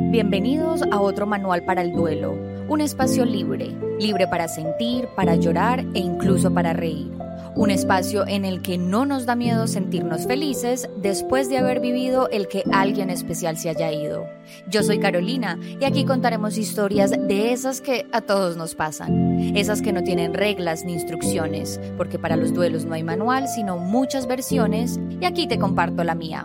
Bienvenidos a otro manual para el duelo, un espacio libre, libre para sentir, para llorar e incluso para reír. Un espacio en el que no nos da miedo sentirnos felices después de haber vivido el que alguien especial se haya ido. Yo soy Carolina y aquí contaremos historias de esas que a todos nos pasan, esas que no tienen reglas ni instrucciones, porque para los duelos no hay manual sino muchas versiones y aquí te comparto la mía.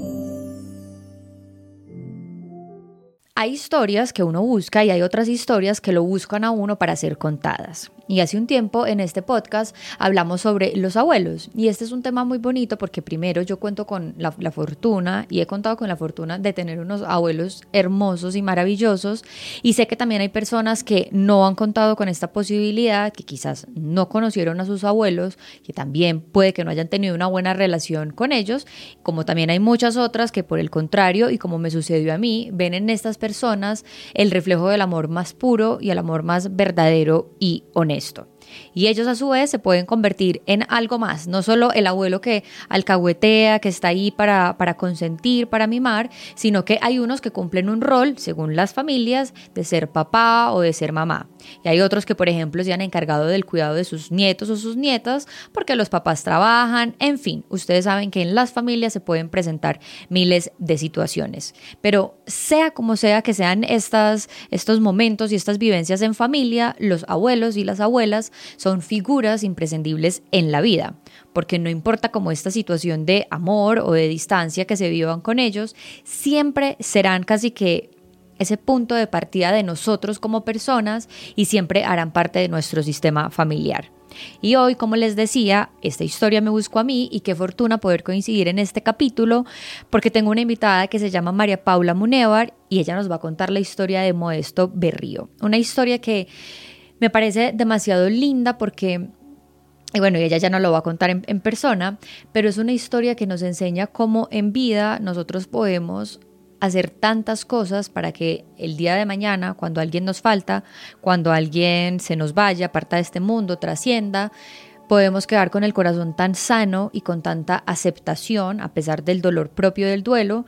Hay historias que uno busca y hay otras historias que lo buscan a uno para ser contadas. Y hace un tiempo en este podcast hablamos sobre los abuelos y este es un tema muy bonito porque primero yo cuento con la fortuna y he contado con la fortuna de tener unos abuelos hermosos y maravillosos y sé que también hay personas que no han contado con esta posibilidad, que quizás no conocieron a sus abuelos, que también puede que no hayan tenido una buena relación con ellos, como también hay muchas otras que por el contrario y como me sucedió a mí, ven en estas personas el reflejo del amor más puro y el amor más verdadero y honesto. Y ellos a su vez se pueden convertir en algo más, no solo el abuelo que alcahuetea, que está ahí para consentir, para mimar, sino que hay unos que cumplen un rol, según las familias, de ser papá o de ser mamá. Y hay otros que, por ejemplo, se han encargado del cuidado de sus nietos o sus nietas porque los papás trabajan, en fin, ustedes saben que en las familias se pueden presentar miles de situaciones. Pero sea como sea que sean estos momentos y estas vivencias en familia, los abuelos y las abuelas son figuras imprescindibles en la vida, porque no importa cómo esta situación de amor o de distancia que se vivan con ellos, siempre serán casi que ese punto de partida de nosotros como personas y siempre harán parte de nuestro sistema familiar. Y hoy, como les decía, esta historia me buscó a mí y qué fortuna poder coincidir en este capítulo porque tengo una invitada que se llama María Paula Munevar y ella nos va a contar la historia de Modesto Berrío, una historia que me parece demasiado linda porque, y bueno, ella ya no lo va a contar en persona, pero es una historia que nos enseña cómo en vida nosotros podemos hacer tantas cosas para que el día de mañana, cuando alguien nos falta, cuando alguien se nos vaya, parta de este mundo, trascienda, podemos quedar con el corazón tan sano y con tanta aceptación, a pesar del dolor propio del duelo,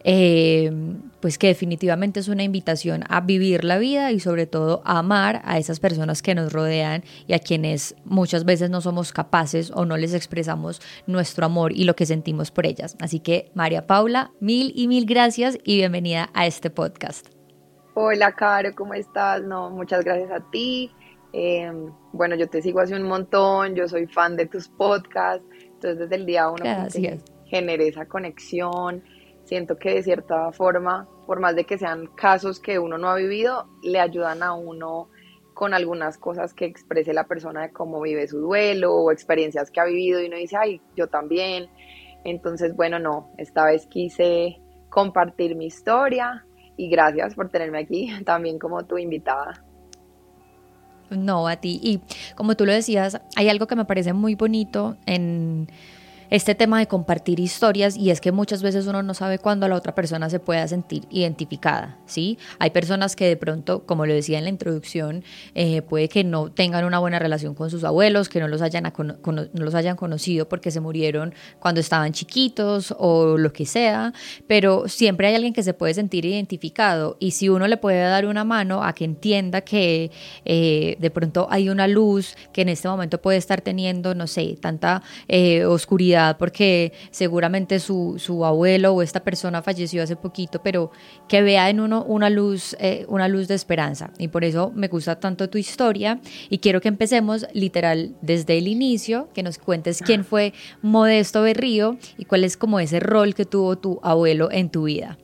pues que definitivamente es una invitación a vivir la vida y sobre todo a amar a esas personas que nos rodean y a quienes muchas veces no somos capaces o no les expresamos nuestro amor y lo que sentimos por ellas. Así que María Paula, mil y mil gracias y bienvenida a este podcast. Hola, Caro, ¿cómo estás? No, muchas gracias a ti. Bueno, yo te sigo hace un montón, yo soy fan de tus podcasts, entonces desde el día uno como que generé esa conexión. Siento que de cierta forma, por más de que sean casos que uno no ha vivido, le ayudan a uno con algunas cosas que exprese la persona de cómo vive su duelo o experiencias que ha vivido y uno dice, ay, yo también. Entonces, bueno, no, esta vez quise compartir mi historia y gracias por tenerme aquí también como tu invitada. No, a ti. Y como tú lo decías, hay algo que me parece muy bonito en este tema de compartir historias y es que muchas veces uno no sabe cuándo la otra persona se pueda sentir identificada, ¿sí? Hay personas que de pronto, como lo decía en la introducción, puede que no tengan una buena relación con sus abuelos, que no los hayan conocido porque se murieron cuando estaban chiquitos o lo que sea, pero siempre hay alguien que se puede sentir identificado y si uno le puede dar una mano a que entienda que de pronto hay una luz que en este momento puede estar teniendo, no sé, tanta oscuridad porque seguramente su abuelo o esta persona falleció hace poquito, pero que vea en uno una luz de esperanza. Y por eso me gusta tanto tu historia y quiero que empecemos literal desde el inicio, que nos cuentes quién fue Modesto Berrío y cuál es como ese rol que tuvo tu abuelo en tu vida.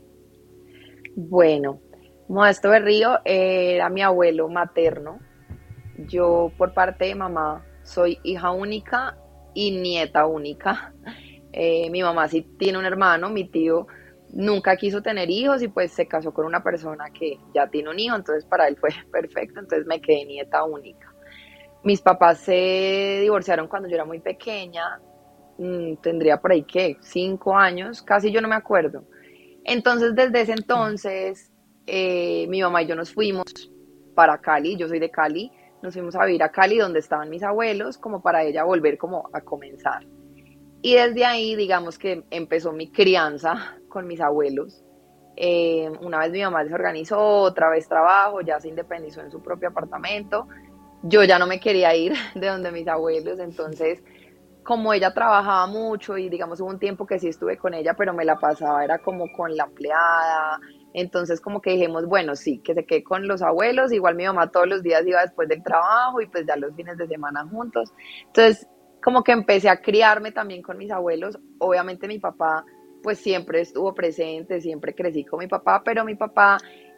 Bueno, Modesto Berrío era mi abuelo materno. Yo por parte de mamá soy hija única y nieta única. Mi mamá sí tiene un hermano, mi tío nunca quiso tener hijos y pues se casó con una persona que ya tiene un hijo, entonces para él fue perfecto, entonces me quedé nieta única. Mis papás se divorciaron cuando yo era muy pequeña, tendría por ahí que 5 años, casi yo no me acuerdo. Entonces desde ese entonces mi mamá y yo nos fuimos para Cali, yo soy de Cali, nos fuimos a vivir a Cali donde estaban mis abuelos, como para ella volver como a comenzar. Y desde ahí, digamos que empezó mi crianza con mis abuelos. Una vez mi mamá se organizó, otra vez trabajo, ya se independizó en su propio apartamento. Yo ya no me quería ir de donde mis abuelos, entonces como ella trabajaba mucho y digamos hubo un tiempo que sí estuve con ella, pero me la pasaba, era como con la empleada, entonces como que dijimos, bueno, sí, que se quede con los abuelos, igual mi mamá todos los días iba después del trabajo y pues ya los fines de semana juntos, entonces como que empecé a criarme también con mis abuelos, obviamente mi papá pues siempre estuvo presente, siempre crecí con mi papá, pero mi papá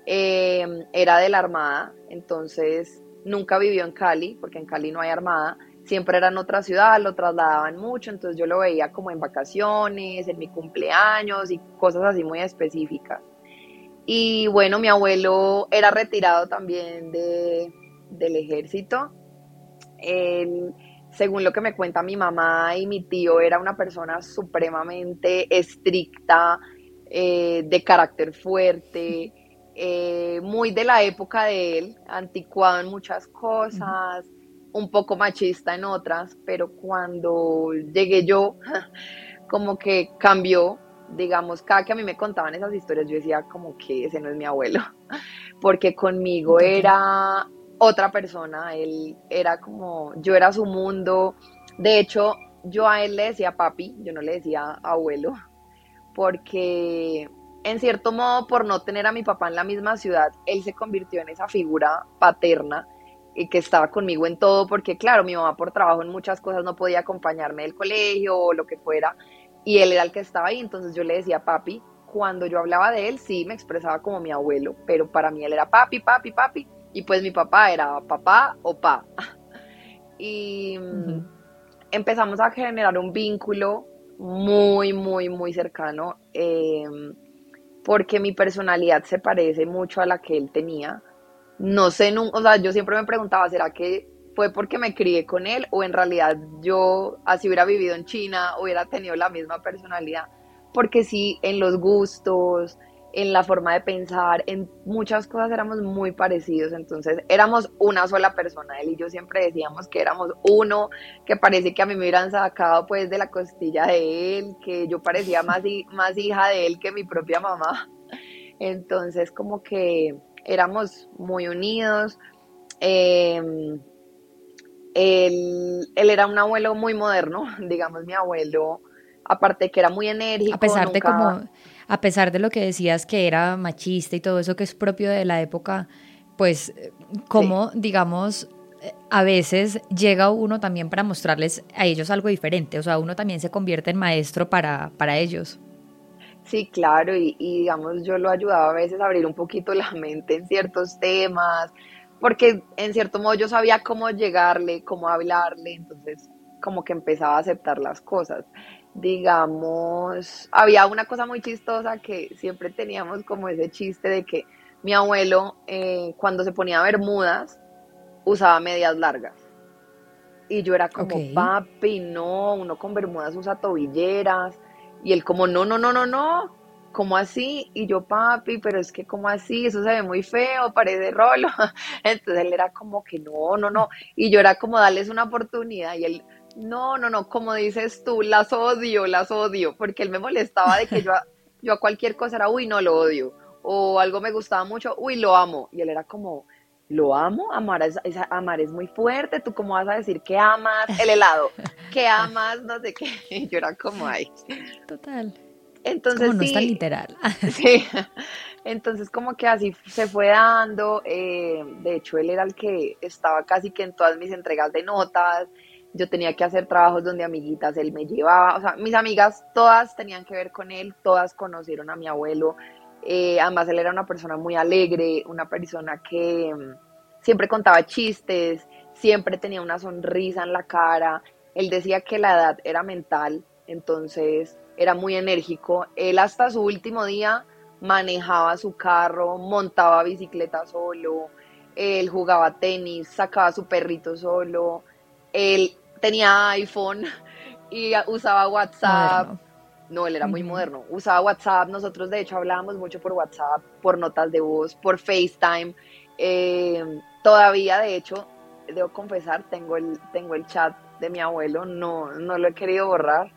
era de la Armada, entonces nunca vivió en Cali, porque en Cali no hay Armada, siempre era en otra ciudad, lo trasladaban mucho, entonces yo lo veía como en vacaciones, en mi cumpleaños y cosas así muy específicas. Y bueno, mi abuelo era retirado también del ejército. Él, según lo que me cuenta mi mamá y mi tío, era una persona supremamente estricta, de carácter fuerte, muy de la época de él, anticuado en muchas Ujú. cosas, un poco machista en otras, pero cuando llegué yo, como que cambió, digamos, cada que a mí me contaban esas historias, yo decía como que ese no es mi abuelo, porque conmigo Total. era otra persona, él era como, yo era su mundo, de hecho, yo a él le decía papi, yo no le decía abuelo, porque en cierto modo, por no tener a mi papá en la misma ciudad, él se convirtió en esa figura paterna y que estaba conmigo en todo, porque claro, mi mamá por trabajo en muchas cosas no podía acompañarme del colegio o lo que fuera, y él era el que estaba ahí, entonces yo le decía papi. Cuando yo hablaba de él, sí me expresaba como mi abuelo, pero para mí él era papi, papi, papi, y pues mi papá era papá o pa. Y Ujú. empezamos a generar un vínculo muy, muy, muy cercano, porque mi personalidad se parece mucho a la que él tenía. No sé, o sea, yo siempre me preguntaba, ¿será que fue porque me crié con él o en realidad yo, así hubiera vivido en China, hubiera tenido la misma personalidad? Porque sí, en los gustos, en la forma de pensar, en muchas cosas éramos muy parecidos, entonces éramos una sola persona, él y yo siempre decíamos que éramos uno, que parece que a mí me hubieran sacado pues de la costilla de él, que yo parecía más hija de él que mi propia mamá. Entonces como que éramos muy unidos. Eh, él era un abuelo muy moderno, digamos mi abuelo, aparte que era muy A enérgico, pesar de nunca, como, a pesar de lo que decías que era machista y todo eso que es propio de la época, pues sí, como, digamos, a veces llega uno también para mostrarles a ellos algo diferente, o sea, uno también se convierte en maestro para ellos. sí, claro, y digamos yo lo ayudaba a veces a abrir un poquito la mente en ciertos temas, porque en cierto modo yo sabía cómo llegarle, cómo hablarle, entonces como que empezaba a aceptar las cosas. Digamos, había una cosa muy chistosa que siempre teníamos como ese chiste de que mi abuelo cuando se ponía bermudas usaba medias largas. Y yo era Ok. como, papi, no, uno con bermudas usa tobilleras. Y él como, no, no, no, no, no, ¿cómo así? Y yo, papi, pero es que ¿cómo así? Eso se ve muy feo, parece rolo. Entonces él era como que no, no, no. Y yo era como, darles una oportunidad. Y él, no, no, no, como dices tú, las odio. Porque él me molestaba de que yo a cualquier cosa era, uy, no, lo odio. O algo me gustaba mucho, uy, lo amo. Y él era como, lo amo, amar es muy fuerte, tú cómo vas a decir que amas el helado, que amas no sé qué, y yo era como, ay, Total. Es como entonces no es tan sí, literal. sí, entonces como que así se fue dando, de hecho él era el que estaba casi que en todas mis entregas de notas, yo tenía que hacer trabajos donde amiguitas él me llevaba, o sea, mis amigas todas tenían que ver con él, todas conocieron a mi abuelo, además él era una persona muy alegre, una persona que siempre contaba chistes, siempre tenía una sonrisa en la cara, él decía que la edad era mental, entonces era muy enérgico, él hasta su último día manejaba su carro, montaba bicicleta solo, él jugaba tenis, sacaba su perrito solo, él tenía iPhone y usaba WhatsApp. Moderno. No, él era muy Ujú. moderno. Usaba WhatsApp. Nosotros, de hecho, hablábamos mucho por WhatsApp, por notas de voz, por FaceTime. Todavía, de hecho, debo confesar, tengo el chat de mi abuelo. No, no lo he querido borrar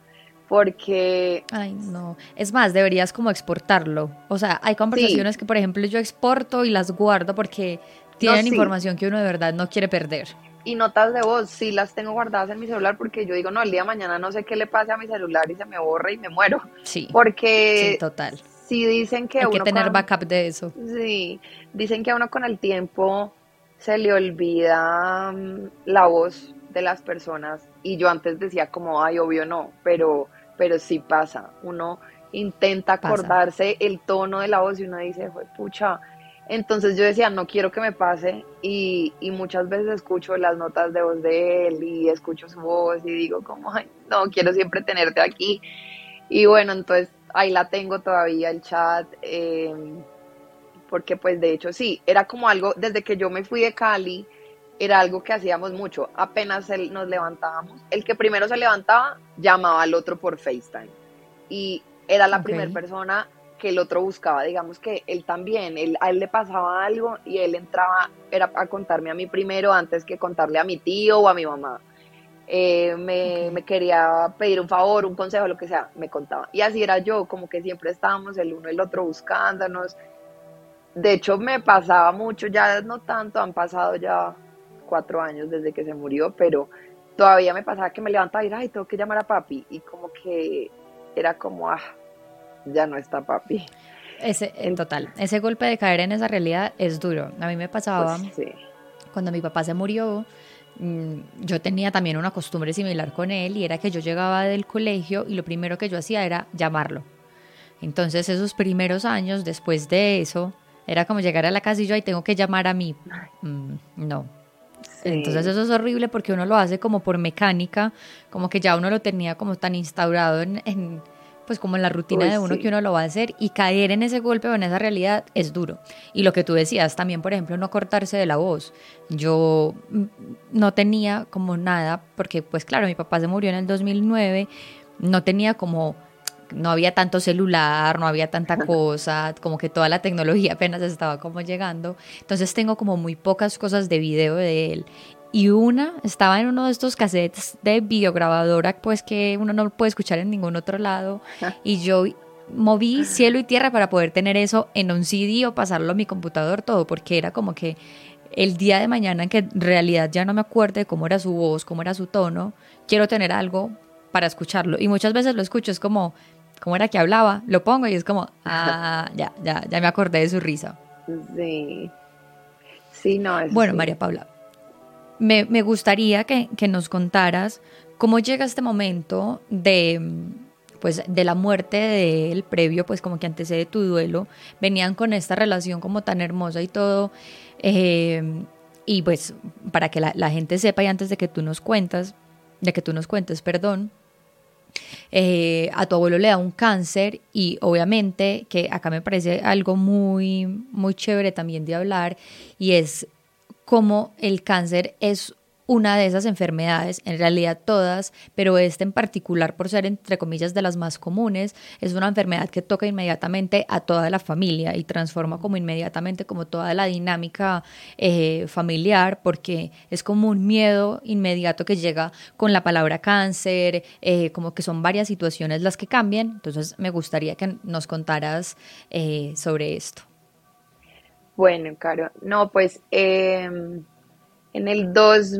porque Ay, no. Es más, deberías como exportarlo. O sea, hay sí, conversaciones que, por ejemplo, yo exporto y las guardo porque no, tienen sí, información que uno de verdad no quiere perder. y notas de voz, sí las tengo guardadas en mi celular porque yo digo, no, el día de mañana no sé qué le pase a mi celular y se me borra y me muero. Sí, sí, Porque total. si dicen que Hay que uno tener con, backup de eso. sí, dicen que a uno con el tiempo se le olvida la voz de las personas y yo antes decía como, ay, obvio no, pero sí pasa. Uno intenta Pasa. acordarse el tono de la voz y uno dice, "Jue pucha". Entonces yo decía, no quiero que me pase y muchas veces escucho las notas de voz de él y escucho su voz y digo como, ay, no, quiero siempre tenerte aquí. Y bueno, entonces ahí la tengo todavía, el chat. Porque pues de hecho sí, era como algo, desde que yo me fui de Cali, era algo que hacíamos mucho, apenas nos levantábamos, el que primero se levantaba llamaba al otro por FaceTime y era la Ok. primera persona que el otro buscaba, digamos que él también, a él le pasaba algo y él entraba, era a contarme a mí primero antes que contarle a mi tío o a mi mamá. Ok. Me quería pedir un favor, un consejo, lo que sea, me contaba. Y así era yo, como que siempre estábamos el uno el otro buscándonos. De hecho, me pasaba mucho, ya no tanto, han pasado ya 4 años desde que se murió, pero todavía me pasaba que me levantaba y era, ay, tengo que llamar a papi. Y como que era como, ya no está papi. Ese, En- total, ese golpe de caer en esa realidad es duro. A mí me pues pasaba sí. cuando mi papá se murió, yo tenía también una costumbre similar con él y era que yo llegaba del colegio y lo primero que yo hacía era llamarlo. Entonces esos primeros años después de eso, era como llegar a la casa y yo ahí tengo que llamar a mí. No. Entonces Sí, eso es horrible porque uno lo hace como por mecánica, como que ya uno lo tenía como tan instaurado pues como en la rutina uy, de uno que sí. uno lo va a hacer y caer en ese golpe o en esa realidad es duro. Y lo que tú decías también, por ejemplo, no cortarse de la voz. Yo no tenía como nada, porque pues claro, mi papá se murió en el 2009, no tenía como no había tanto celular, no había tanta cosa, como que toda la tecnología apenas estaba como llegando. Entonces tengo como muy pocas cosas de video de él. Y una estaba en uno de estos cassettes de videograbadora, pues que uno no puede escuchar en ningún otro lado. Y yo moví cielo y tierra para poder tener eso en un CD o pasarlo a mi computador, todo, porque era como que el día de mañana en que en realidad ya no me acuerde cómo era su voz, cómo era su tono, quiero tener algo para escucharlo. Y muchas veces lo escucho, es como, ¿cómo era que hablaba? Lo pongo y es como, ya me acordé de su risa. Sí, sí, no, eso Bueno, sí. María Paula, me gustaría que nos contaras cómo llega este momento pues, de la muerte de él, previo, pues como que antecede tu duelo. Venían con esta relación como tan hermosa y todo. eh, y pues, para que la gente sepa y antes de que tú nos cuentas, de que tú nos cuentes, perdón, a tu abuelo le da un cáncer y obviamente que acá me parece algo muy, muy chévere también de hablar y es como el cáncer es una de esas enfermedades, en realidad todas, pero esta en particular por ser entre comillas de las más comunes, es una enfermedad que toca inmediatamente a toda la familia y transforma como inmediatamente como toda la dinámica familiar, porque es como un miedo inmediato que llega con la palabra cáncer, como que son varias situaciones las que cambian, entonces me gustaría que nos contaras sobre esto. Bueno, Caro, no, pues en el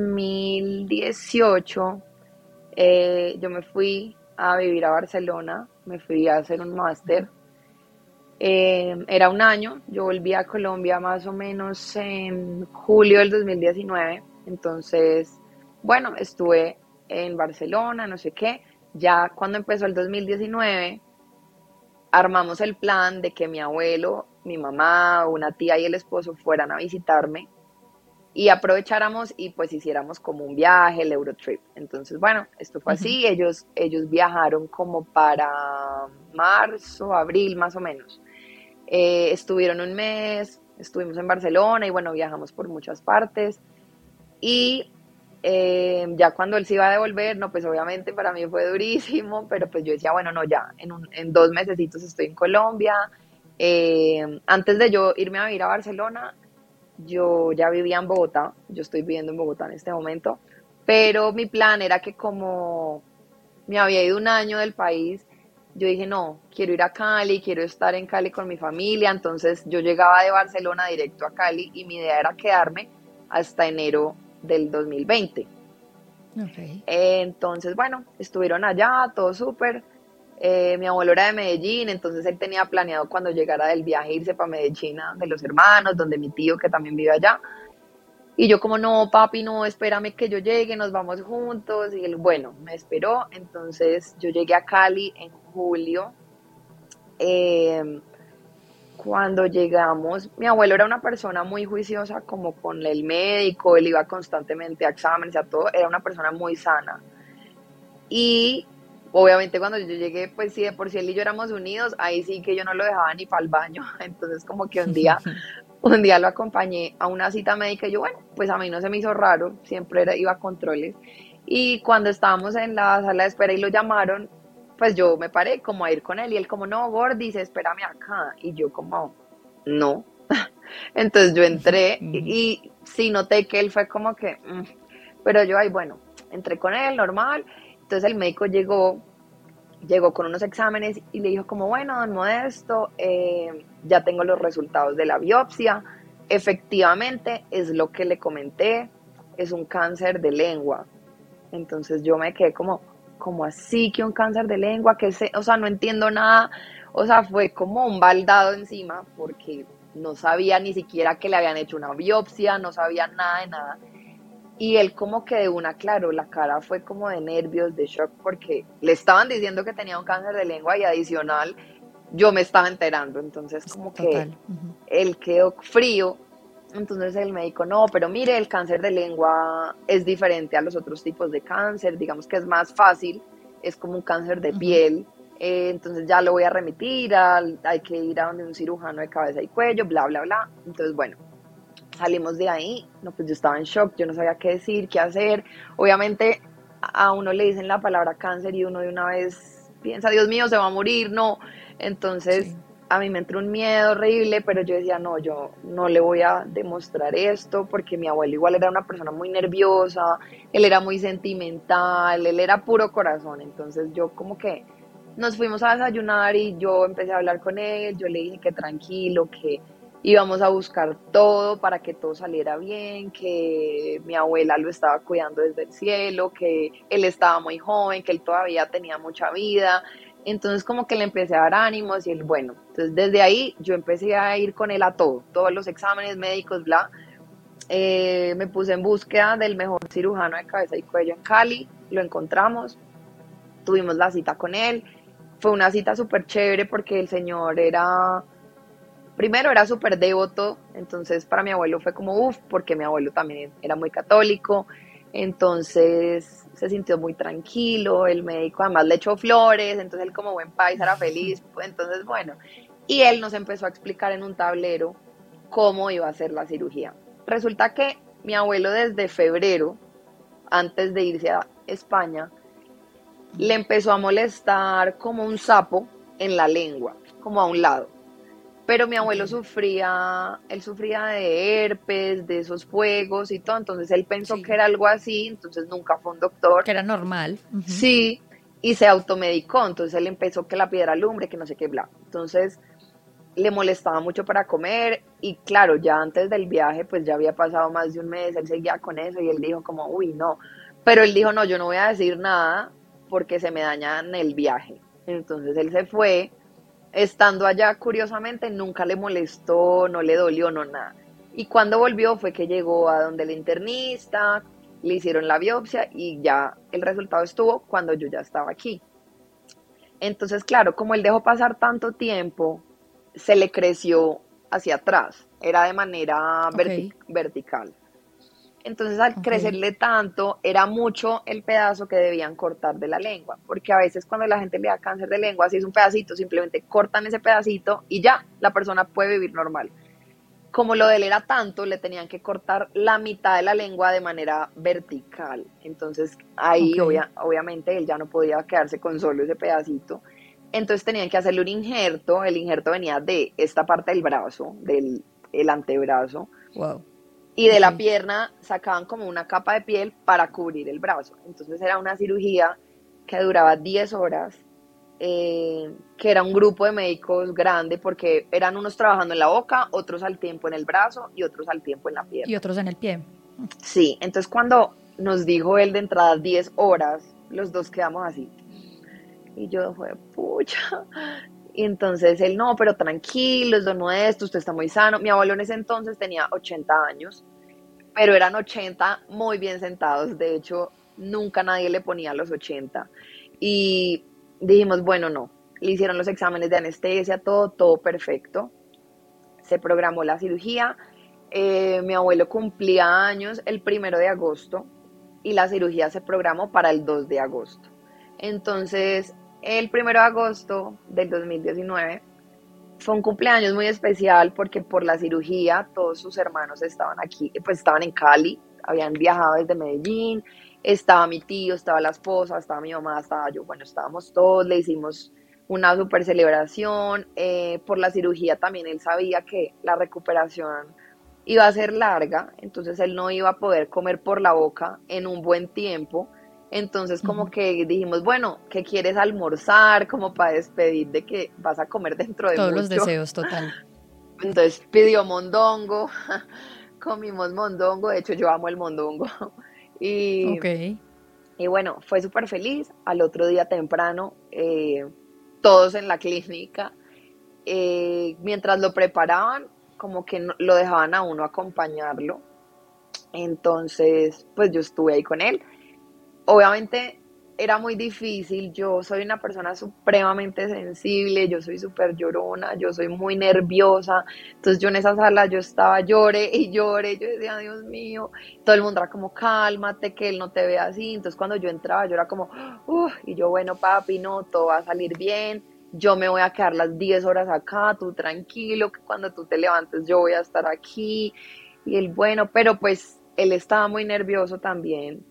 2018 yo me fui a vivir a Barcelona, me fui a hacer un máster. Era un año, yo volví a Colombia más o menos en julio del 2019, entonces, bueno, estuve en Barcelona, no sé qué. Ya cuando empezó el 2019, armamos el plan de que mi abuelo, mi mamá, una tía y el esposo fueran a visitarme y aprovecháramos y pues hiciéramos como un viaje, el Eurotrip. Entonces, bueno, esto fue Ujú. así, ellos viajaron como para marzo, abril más o menos. Estuvieron un mes, estuvimos en Barcelona y bueno, viajamos por muchas partes. Y ya cuando él se iba a devolver, no, pues obviamente para mí fue durísimo, pero pues yo decía, bueno, no, ya, en 2 mesecitos estoy en Colombia. Antes de yo irme a vivir a Barcelona, yo ya vivía en Bogotá, yo estoy viviendo en Bogotá en este momento, pero mi plan era que como me había ido un año del país. Yo dije, no, quiero ir a Cali, quiero estar en Cali con mi familia. Entonces yo llegaba de Barcelona directo a Cali y mi idea era quedarme hasta enero del 2020. Ok. Entonces, bueno, estuvieron allá, todo súper. Mi abuelo era de Medellín, entonces él tenía planeado cuando llegara del viaje irse para Medellín, de los hermanos, donde mi tío que también vive allá. Y yo como, no, papi, no, espérame que yo llegue, nos vamos juntos. Y él, bueno, me esperó. Entonces yo llegué a Cali en julio. Eh, Cuando llegamos, mi abuelo era una persona muy juiciosa como con el médico, él iba constantemente a exámenes, a todo, era una persona muy sana. Y obviamente cuando yo llegué, pues sí, de por sí él y yo éramos unidos, ahí sí que yo no lo dejaba ni para el baño. Entonces como que un día lo acompañé a una cita médica y yo, bueno, pues a mí no se me hizo raro, siempre iba a controles. Y cuando estábamos en la sala de espera y lo llamaron, pues yo me paré como a ir con él y él como, no, Gordis, espérame acá. Y yo como, no. Entonces yo entré y sí noté que él fue como que, pero yo ahí, bueno, entré con él normal. Entonces el médico llegó con unos exámenes y le dijo como, bueno, don Modesto, ya tengo los resultados de la biopsia. Efectivamente, es lo que le comenté, es un cáncer de lengua. Entonces yo me quedé como así que un cáncer de lengua, o sea, no entiendo nada. O sea, fue como un baldado encima porque no sabía ni siquiera que le habían hecho una biopsia, no sabía nada de nada. Y él como que de una, claro, la cara fue como de nervios, de shock, porque le estaban diciendo que tenía un cáncer de lengua y adicional yo me estaba enterando. Entonces como que Total. él quedó frío. Entonces el médico, no, pero mire, el cáncer de lengua es diferente a los otros tipos de cáncer, digamos que es más fácil, es como un cáncer de piel. Entonces ya lo voy a remitir, hay que ir a donde un cirujano de cabeza y cuello, bla, bla, bla. Entonces, bueno, salimos de ahí, no, pues yo estaba en shock, yo no sabía qué decir, qué hacer. Obviamente a uno le dicen la palabra cáncer y uno de una vez piensa, Dios mío, se va a morir, no. Entonces Sí. a mí me entró un miedo horrible, pero yo decía, no, yo no le voy a demostrar esto, porque mi abuelo igual era una persona muy nerviosa, él era muy sentimental, él era puro corazón. Entonces yo como que nos fuimos a desayunar y yo empecé a hablar con él, yo le dije que tranquilo, que íbamos a buscar todo para que todo saliera bien, que mi abuela lo estaba cuidando desde el cielo, que él estaba muy joven, que él todavía tenía mucha vida. Entonces como que le empecé a dar ánimos y él, bueno, entonces desde ahí yo empecé a ir con él a todo, todos los exámenes médicos, bla. Me puse en búsqueda del mejor cirujano de cabeza y cuello en Cali, lo encontramos, tuvimos la cita con él, fue una cita súper chévere porque el señor era, primero era súper devoto, entonces para mi abuelo fue como uff, porque mi abuelo también era muy católico, entonces se sintió muy tranquilo, el médico además le echó flores, entonces él como buen país era feliz, pues, entonces bueno, y él nos empezó a explicar en un tablero cómo iba a ser la cirugía. Resulta que mi abuelo desde febrero, antes de irse a España, le empezó a molestar como un sapo en la lengua, como a un lado. Pero mi Ok. abuelo él sufría de herpes, de esos fuegos y todo, entonces él pensó que Sí. era algo así, entonces nunca fue un doctor. Que era normal. Sí, y se automedicó, entonces él empezó que la piedra lumbre, que no sé qué, bla. Entonces le molestaba mucho para comer y claro, ya antes del viaje, pues ya había pasado más de un mes, él seguía con eso y él dijo como, uy, no. Pero él dijo, no, yo no voy a decir nada porque se me daña en el viaje. Entonces él se fue. Estando allá, curiosamente, nunca le molestó, no le dolió, no nada. Y cuando volvió fue que llegó a donde el internista, le hicieron la biopsia y ya el resultado estuvo cuando yo ya estaba aquí. Entonces, claro, como él dejó pasar tanto tiempo, se le creció hacia atrás, era de manera Ok. vertical. Entonces, al Ok. crecerle tanto, era mucho el pedazo que debían cortar de la lengua, porque a veces cuando la gente le da cáncer de lengua, si es un pedacito, simplemente cortan ese pedacito y ya, la persona puede vivir normal. Como lo de él era tanto, le tenían que cortar la mitad de la lengua de manera vertical. Entonces, ahí Ok. obviamente él ya no podía quedarse con solo ese pedacito. Entonces tenían que hacerle un injerto. El injerto venía de esta parte del brazo, del el antebrazo, Wow. y de Ok. la pierna sacaban como una capa de piel para cubrir el brazo. Entonces era una cirugía que duraba 10 horas, que era un grupo de médicos grande porque eran unos trabajando en la boca, otros al tiempo en el brazo y otros al tiempo en la Y pierna. otros en el pie. Sí, entonces cuando nos dijo él de entrada 10 horas, los dos quedamos así. Y yo fue, pucha. Y entonces él, no, pero tranquilos, don Modesto, usted está muy sano. Mi abuelo en ese entonces tenía 80 años, pero eran 80 muy bien sentados. De hecho, nunca nadie le ponía los 80. Y dijimos, bueno, no. Le hicieron los exámenes de anestesia, todo perfecto. Se programó la cirugía. Mi abuelo cumplía años el 1 de agosto y la cirugía se programó para el 2 de agosto. Entonces, el 1 de agosto del 2019 fue un cumpleaños muy especial porque por la cirugía todos sus hermanos estaban aquí, pues estaban en Cali, habían viajado desde Medellín, estaba mi tío, estaba la esposa, estaba mi mamá, estaba yo, bueno, estábamos todos, le hicimos una super celebración. Por la cirugía también él sabía que la recuperación iba a ser larga, entonces él no iba a poder comer por la boca en un buen tiempo. Entonces como Ujú. que dijimos, bueno, ¿qué quieres almorzar? Como para despedir de que vas a comer dentro de Todos los mucho. deseos, total. Entonces pidió mondongo, comimos mondongo, de hecho yo amo el mondongo. Y, Ok. y bueno, fue súper feliz. Al otro día temprano, todos en la clínica, mientras lo preparaban, como que lo dejaban a uno acompañarlo. Entonces, pues yo estuve ahí con él. Obviamente era muy difícil, yo soy una persona supremamente sensible, yo soy súper llorona, yo soy muy nerviosa, entonces yo en esa sala yo estaba llore y llore, yo decía, Dios mío, todo el mundo era como, cálmate, que él no te ve así, entonces cuando yo entraba yo era como, y yo, bueno papi, no, todo va a salir bien, yo me voy a quedar las 10 horas acá, tú tranquilo, que cuando tú te levantes yo voy a estar aquí, y él, bueno, pero pues él estaba muy nervioso también.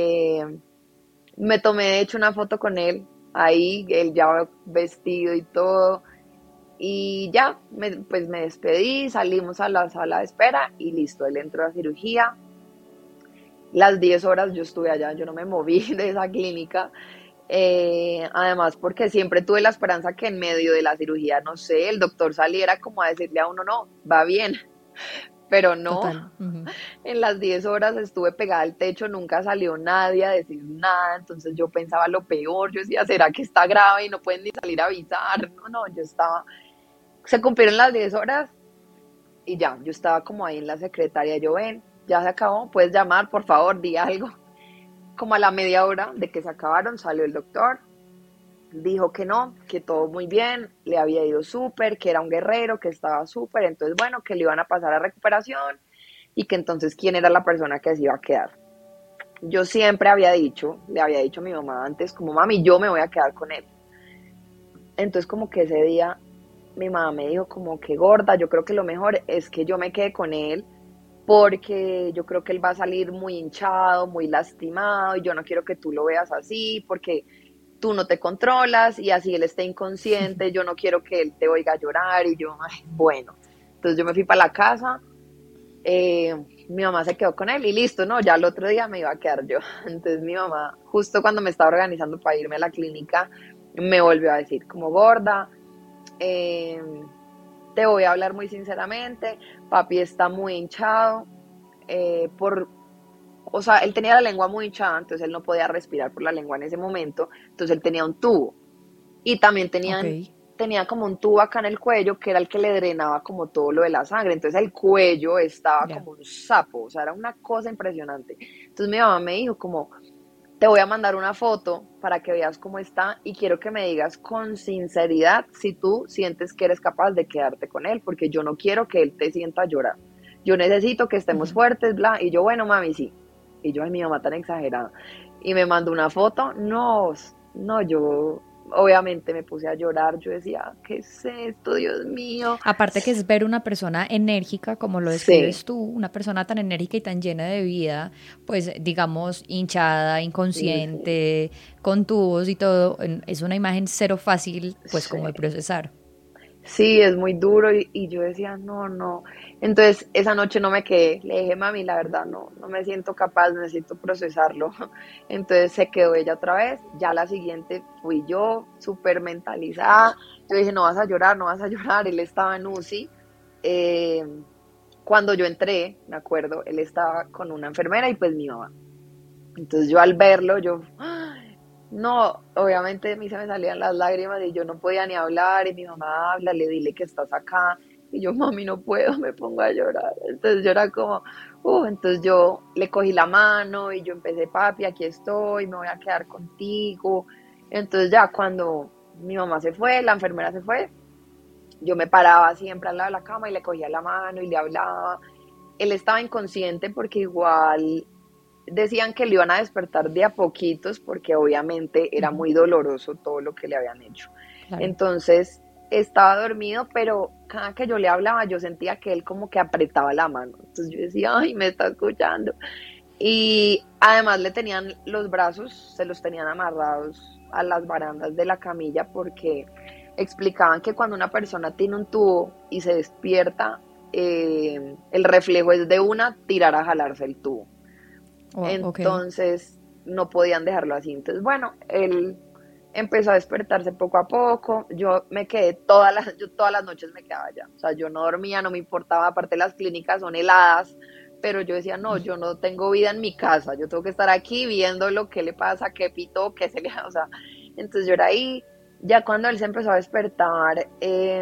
Me tomé de hecho una foto con él, ahí, él ya vestido y todo, y ya, pues me despedí, salimos a la sala de espera y listo, él entró a cirugía. Las 10 horas yo estuve allá, yo no me moví de esa clínica. Además, porque siempre tuve la esperanza que en medio de la cirugía, no sé, el doctor saliera como a decirle a uno, no, va bien, pero no. Total. Ujú. En las 10 horas estuve pegada al techo, nunca salió nadie a decir nada, entonces yo pensaba lo peor, yo decía, ¿será que está grave y no pueden ni salir a avisar? No, no, yo estaba, se cumplieron las 10 horas y ya, yo estaba como ahí en la secretaria, yo ven, ya se acabó, puedes llamar, por favor, di algo. Como a la media hora de que se acabaron, salió el doctor, dijo que no, que todo muy bien, le había ido súper, que era un guerrero, que estaba súper, entonces bueno, que le iban a pasar a recuperación y que entonces quién era la persona que se iba a quedar. Yo siempre había dicho, le había dicho a mi mamá antes, como mami, yo me voy a quedar con él. Entonces como que ese día mi mamá me dijo como que gorda, yo creo que lo mejor es que yo me quede con él porque yo creo que él va a salir muy hinchado, muy lastimado y yo no quiero que tú lo veas así porque tú no te controlas y así él esté inconsciente, yo no quiero que él te oiga llorar y yo, ay, bueno. Entonces yo me fui para la casa, eh, mi mamá se quedó con él y listo, ¿no? Ya el otro día me iba a quedar yo. Entonces mi mamá, justo cuando me estaba organizando para irme a la clínica, me volvió a decir como gorda, eh, te voy a hablar muy sinceramente, papi está muy hinchado, o sea, él tenía la lengua muy hinchada, entonces él no podía respirar por la lengua en ese momento, entonces él tenía un tubo y también Ok. tenía como un tubo acá en el cuello que era el que le drenaba como todo lo de la sangre, entonces el cuello estaba Ya. como un sapo, o sea, era una cosa impresionante. Entonces mi mamá me dijo como, te voy a mandar una foto para que veas cómo está y quiero que me digas con sinceridad si tú sientes que eres capaz de quedarte con él, porque yo no quiero que él te sienta llorar. Yo necesito que estemos Ujú. fuertes, bla. Y yo, bueno, mami, sí. Y yo, ay, mi mamá tan exagerada. Y me mandó una foto. No, no, yo obviamente me puse a llorar. Yo decía, ¿qué es esto, Dios mío? Aparte que es ver una persona enérgica, como lo Sí, describes tú, una persona tan enérgica y tan llena de vida, pues digamos hinchada, sí, inconsciente, con tubos y todo, es una imagen cero fácil, pues como sí. de procesar. Sí, es muy duro y yo decía, no, no. Entonces, esa noche no me quedé. Le dije, mami, la verdad, no, no me siento capaz, necesito procesarlo. Entonces se quedó ella otra vez. Ya la siguiente fui yo, súper mentalizada. Yo dije, no vas a llorar, no vas a llorar. Él estaba en UCI. Eh, Cuando yo entré, me acuerdo, él estaba con una enfermera y pues mi mamá. Entonces yo al verlo, yo, ¡ay! No, obviamente a mí se me salían las lágrimas y yo no podía ni hablar y mi mamá habla, le dile que estás acá y yo, mami, no puedo, me pongo a llorar. Entonces yo era como, entonces yo le cogí la mano y yo empecé, papi, aquí estoy, me voy a quedar contigo. Entonces ya cuando mi mamá se fue, la enfermera se fue, yo me paraba siempre al lado de la cama y le cogía la mano y le hablaba. Él estaba inconsciente porque igual decían que le iban a despertar de a poquitos porque obviamente era Ujú. muy doloroso todo lo que le habían hecho. Claro. Entonces estaba dormido, pero cada que yo le hablaba yo sentía que él como que apretaba la mano. Entonces yo decía, ay, me está escuchando. Y además le tenían los brazos, se los tenían amarrados a las barandas de la camilla porque explicaban que cuando una persona tiene un tubo y se despierta, el reflejo es de una tirar a jalarse el tubo. Oh, ok. Entonces no podían dejarlo así. Entonces, bueno, él empezó a despertarse poco a poco. Yo me quedé yo todas las noches me quedaba allá. O sea, yo no dormía, no me importaba. Aparte las clínicas son heladas, pero yo decía, no, yo no tengo vida en mi casa. Yo tengo que estar aquí viendo lo que le pasa, qué pito, qué se le, o sea, entonces yo era ahí. Ya cuando él se empezó a despertar,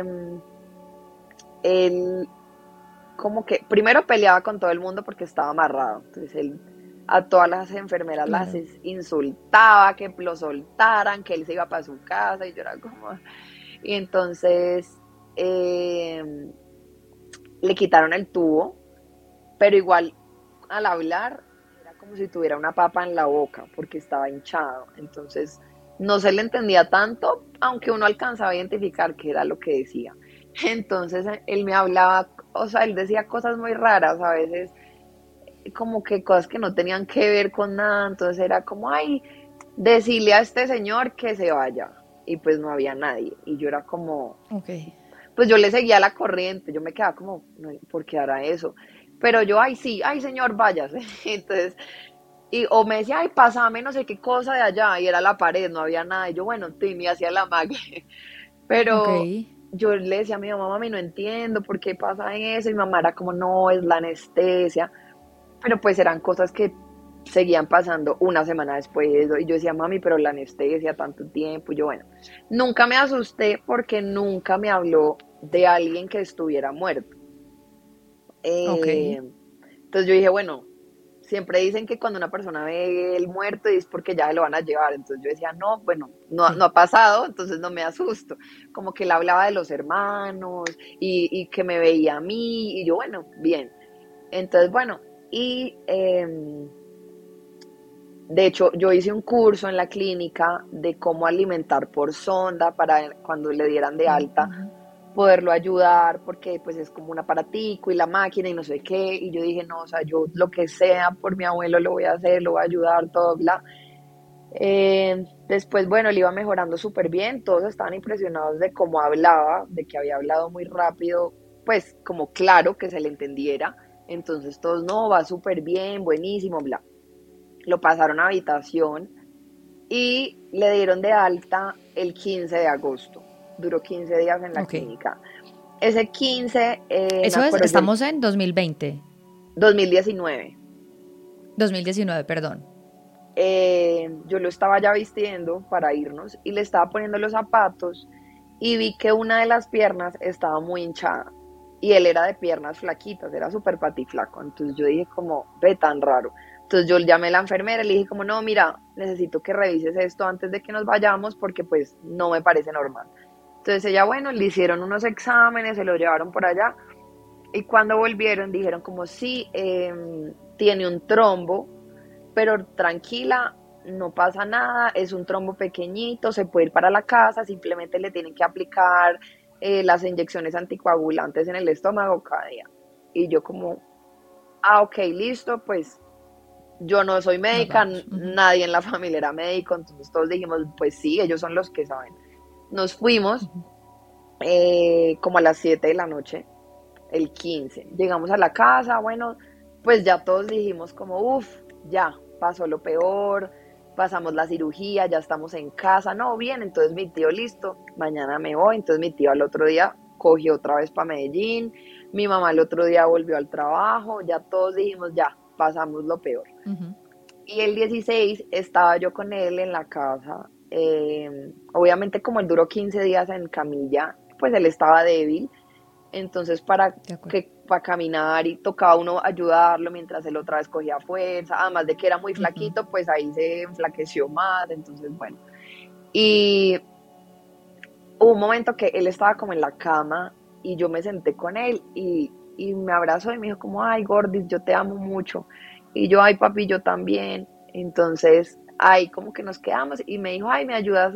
él como que primero peleaba con todo el mundo porque estaba amarrado. Entonces él a todas las enfermeras las Claro. insultaba, que lo soltaran, que él se iba para su casa y yo era como... Y entonces eh, le quitaron el tubo, pero igual al hablar era como si tuviera una papa en la boca porque estaba hinchado. Entonces no se le entendía tanto, aunque uno alcanzaba a identificar qué era lo que decía. Entonces él me hablaba, o sea, él decía cosas muy raras, a veces como que cosas que no tenían que ver con nada, entonces era como, ay, decirle a este señor que se vaya, y pues no había nadie, y yo era como, Ok. pues yo le seguía la corriente, yo me quedaba como, no, ¿por qué hará eso? Pero yo, ay, sí, ay, señor, váyase, entonces, o me decía, ay, pásame no sé qué cosa de allá, y era la pared, no había nada, y yo, bueno, me hacía la magia, Ok. pero yo le decía a mi mamá, mami, no entiendo por qué pasa eso, y mi mamá era como, no, es la anestesia, pero pues eran cosas que seguían pasando una semana después, y yo decía, mami, pero la anestesia, tanto tiempo, y yo, bueno, nunca me asusté porque nunca me habló de alguien que estuviera muerto. Ok. Eh, entonces yo dije, bueno, siempre dicen que cuando una persona ve el muerto es porque ya se lo van a llevar. Entonces yo decía, no, bueno, no, no Sí. ha pasado, entonces no me asusto. Como que él hablaba de los hermanos y que me veía a mí y yo, bueno, bien. Entonces, bueno, y de hecho yo hice un curso en la clínica de cómo alimentar por sonda para cuando le dieran de Oh, alta ujú. poderlo ayudar porque pues es como un aparatico y la máquina y no sé qué y yo dije no, o sea, yo lo que sea por mi abuelo lo voy a hacer, lo voy a ayudar, todo, bla. Después, bueno, él iba mejorando súper bien, todos estaban impresionados de cómo hablaba, de que había hablado muy rápido, pues como claro que se le entendiera, entonces todos, no, va súper bien, buenísimo, bla. Lo pasaron a habitación y le dieron de alta el 15 de agosto, duró 15 días en la Ok. clínica. Ese 15, me Eso es, acuerdo yo, estamos en 2020. 2019, 2019, perdón. yo lo estaba ya vistiendo para irnos y le estaba poniendo los zapatos y vi que una de las piernas estaba muy hinchada y él era de piernas flaquitas, era súper patiflaco, entonces yo dije como, ve tan raro. Entonces yo llamé a la enfermera y le dije como, no, mira, necesito que revises esto antes de que nos vayamos porque pues no me parece normal. Entonces ella, bueno, le hicieron unos exámenes, se lo llevaron por allá y cuando volvieron dijeron como, sí, tiene un trombo, pero tranquila, no pasa nada, es un trombo pequeñito, se puede ir para la casa, simplemente le tienen que aplicar las inyecciones anticoagulantes en el estómago cada día. Y yo como, ah, ok, listo, pues yo no soy Nos médica, vamos. Ujú. nadie en la familia era médico, entonces todos dijimos, pues sí, ellos son los que saben. Nos fuimos Ujú. como a las 7 de la noche, el 15. Llegamos a la casa, bueno, pues ya todos dijimos como, uff, ya pasó lo peor, pasamos la cirugía, ya estamos en casa, no, bien, entonces mi tío listo, mañana me voy, entonces mi tío al otro día cogió otra vez para Medellín, mi mamá el otro día volvió al trabajo, ya todos dijimos, ya, pasamos lo peor. Ujú. Y el 16 estaba yo con él en la casa. Obviamente como él duró 15 días en camilla, pues él estaba débil. Entonces De acuerdo. para caminar y tocaba uno ayudarlo mientras él otra vez cogía fuerza. Además de que era muy Ujú. flaquito, pues ahí se enflaqueció más. Entonces, bueno. Y hubo un momento que él estaba como en la cama y yo me senté con él y me abrazó y me dijo como, ay, Gordis, yo te amo mucho. Y yo, ay, papi, yo también. Entonces, ahí como que nos quedamos y me dijo, ay, ¿me ayudas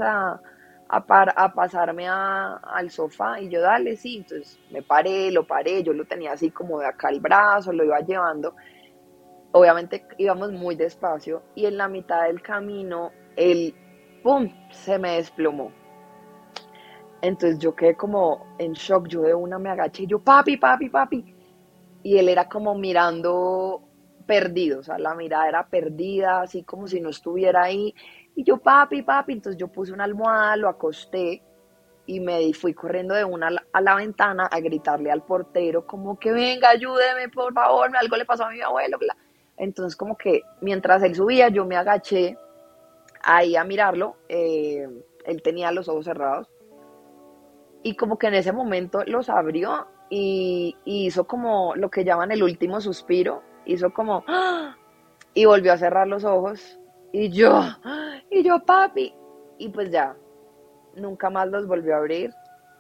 a pasarme al sofá? Y yo, dale, sí. Entonces me paré, lo paré, yo lo tenía así como de acá el brazo, lo iba llevando. Obviamente íbamos muy despacio y en la mitad del camino, él, ¡pum!, se me desplomó. Entonces yo quedé como en shock, yo de una me agaché y yo, papi, papi, papi. Y él era como mirando perdido, o sea, la mirada era perdida, así como si no estuviera ahí. Y yo, papi, papi. Entonces yo puse una almohada, lo acosté y fui corriendo de una a la ventana a gritarle al portero como que venga, ayúdeme, por favor, algo le pasó a mi abuelo. Bla. Entonces como que mientras él subía, yo me agaché ahí a mirarlo. Él tenía los ojos cerrados y como que en ese momento los abrió y hizo como lo que llaman el último suspiro, hizo como ¡ah! Y volvió a cerrar los ojos y yo papi, y pues ya, nunca más los volvió a abrir.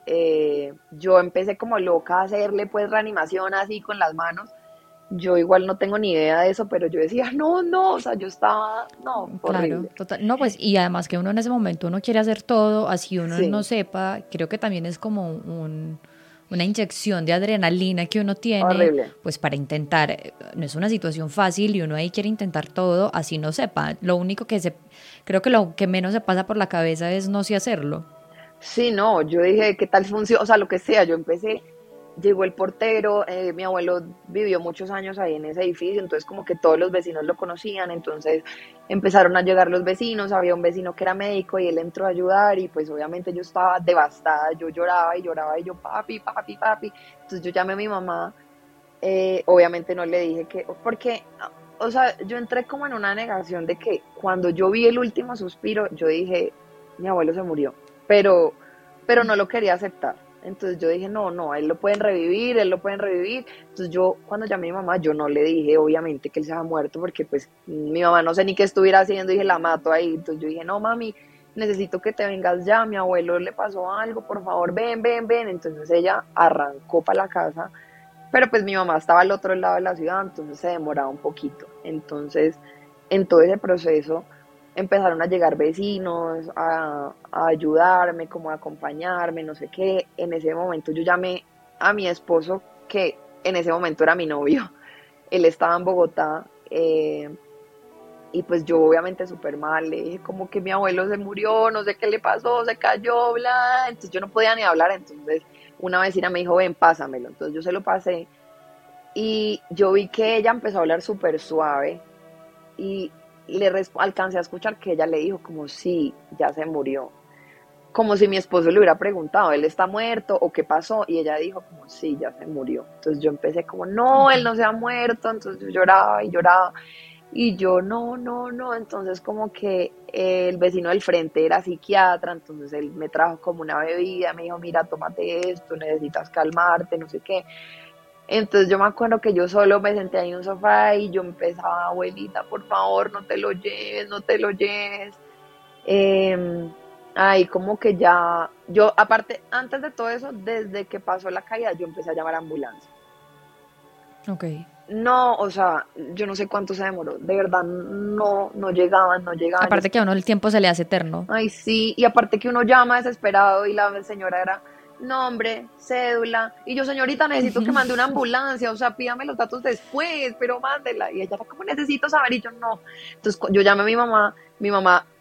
Yo empecé como loca a hacerle pues reanimación así con las manos. Yo igual no tengo ni idea de eso, pero yo decía, no, no, o sea, yo estaba, no, Claro, horrible. total. No, pues, y además que uno en ese momento uno quiere hacer todo, así uno no Sí, sepa, creo que también es como una inyección de adrenalina que uno tiene, horrible. pues para intentar, no es una situación fácil y uno ahí quiere intentar todo, así no sepa. Lo único que creo que lo que menos se pasa por la cabeza es no sé hacerlo. Sí, no, yo dije, ¿qué tal funciona? O sea, lo que sea, yo empecé, llegó el portero, mi abuelo vivió muchos años ahí en ese edificio, entonces como que todos los vecinos lo conocían, entonces empezaron a llegar los vecinos, había un vecino que era médico y él entró a ayudar y pues obviamente yo estaba devastada, yo lloraba y yo, papi, papi, papi, entonces yo llamé a mi mamá, obviamente no le dije que, porque, o sea, yo entré como en una negación de que cuando yo vi el último suspiro, yo dije, mi abuelo se murió, pero, pero no lo quería aceptar. Entonces yo dije, no, no, él lo pueden revivir, él lo pueden revivir. Entonces yo, cuando llamé a mi mamá, yo no le dije, obviamente, que él se había muerto, porque pues mi mamá no sé ni qué estuviera haciendo, y dije, la mato ahí. Entonces yo dije, no, mami, necesito que te vengas ya, mi abuelo le pasó algo, por favor, ven, ven, ven. Entonces ella arrancó para la casa, pero pues mi mamá estaba al otro lado de la ciudad, entonces se demoraba un poquito. Entonces, en todo ese proceso empezaron a llegar vecinos a ayudarme, como a acompañarme, no sé qué. En ese momento yo llamé a mi esposo, que en ese momento era mi novio. Él estaba en Bogotá, y pues yo obviamente súper mal, le dije como que mi abuelo se murió, no sé qué le pasó, se cayó, bla. Entonces yo no podía ni hablar, entonces una vecina me dijo, ven, pásamelo. Entonces yo se lo pasé y yo vi que ella empezó a hablar súper suave y alcancé a escuchar que ella le dijo como sí, ya se murió. Como si mi esposo le hubiera preguntado, ¿él está muerto o qué pasó? Y ella dijo como sí, ya se murió. Entonces yo empecé como, no, él Ujú. no se ha muerto. Entonces yo lloraba y lloraba. Y yo, no, no, no. Entonces como que el vecino del frente era psiquiatra, entonces él me trajo como una bebida, me dijo, mira, tómate esto, necesitas calmarte, no sé qué. Entonces yo me acuerdo que yo solo me senté ahí en un sofá y yo empezaba, abuelita, por favor, no te lo lleves, no te lo lleves. Eh, Ahí como que ya, yo aparte, antes de todo eso, desde que pasó la caída, yo empecé a llamar a ambulancia. Ok. No, o sea, yo no sé cuánto se demoró, de verdad, no, no llegaban, no llegaban. Yo, Aparte que a uno el tiempo se le hace eterno. ay, sí, y aparte que uno llama desesperado y la señora era, nombre, cédula, y yo, señorita, necesito que mande una ambulancia, o sea, pídame los datos después, pero mándela. Y ella era como, necesito saber, y yo no. Entonces yo llamé a mi mamá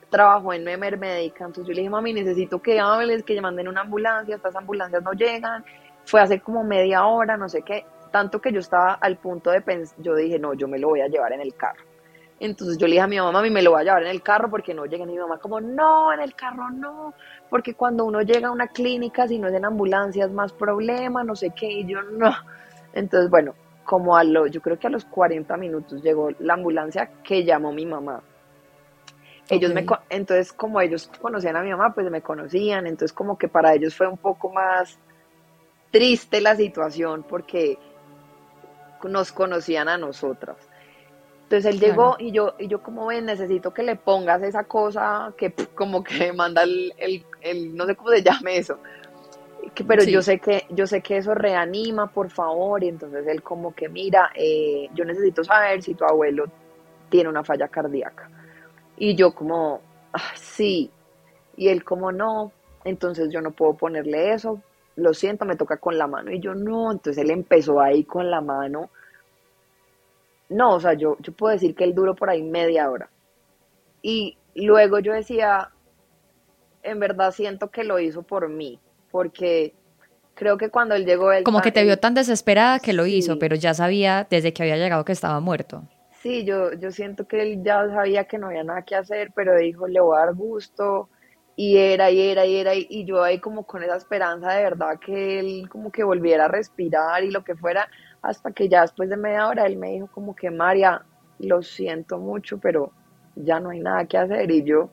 trabajó en Emermédica, entonces yo le dije, mami, necesito que hables, que manden una ambulancia, estas ambulancias no llegan, fue hace como media hora, no sé qué, tanto que yo estaba al punto de pensar, yo dije, no, yo me lo voy a llevar en el carro. Entonces yo le dije a mi mamá, mami, me lo voy a llevar en el carro porque no llega. Y mi mamá como, no, en el carro no, porque cuando uno llega a una clínica, si no es en ambulancia es más problema, no sé qué, y yo no. Entonces, bueno, como yo creo que a los 40 minutos llegó la ambulancia que llamó mi mamá. Ok, Entonces como ellos conocían a mi mamá, pues me conocían, entonces como que para ellos fue un poco más triste la situación porque nos conocían a nosotras. Entonces él claro. llegó y yo como ven, necesito que le pongas esa cosa que como que manda no sé cómo se llame eso, pero yo Sí. sé que, yo sé que eso reanima, por favor, y entonces él como que mira, yo necesito saber si tu abuelo tiene una falla cardíaca. Y yo como, ah, sí, y él como no, entonces yo no puedo ponerle eso, lo siento, me toca con la mano, y yo no, entonces él empezó ahí con la mano, no, o sea, yo puedo decir que él duró por ahí media hora. Y luego yo decía, en verdad siento que lo hizo por mí, porque creo que cuando él llegó, Como que te vio tan desesperada que lo hizo, sí, pero ya sabía desde que había llegado que estaba muerto. sí, yo siento que él ya sabía que no había nada que hacer, pero dijo, le voy a dar gusto, y yo ahí como con esa esperanza de verdad que él como que volviera a respirar y lo que fuera, hasta que ya después de media hora él me dijo como que María, lo siento mucho, pero ya no hay nada que hacer, y yo,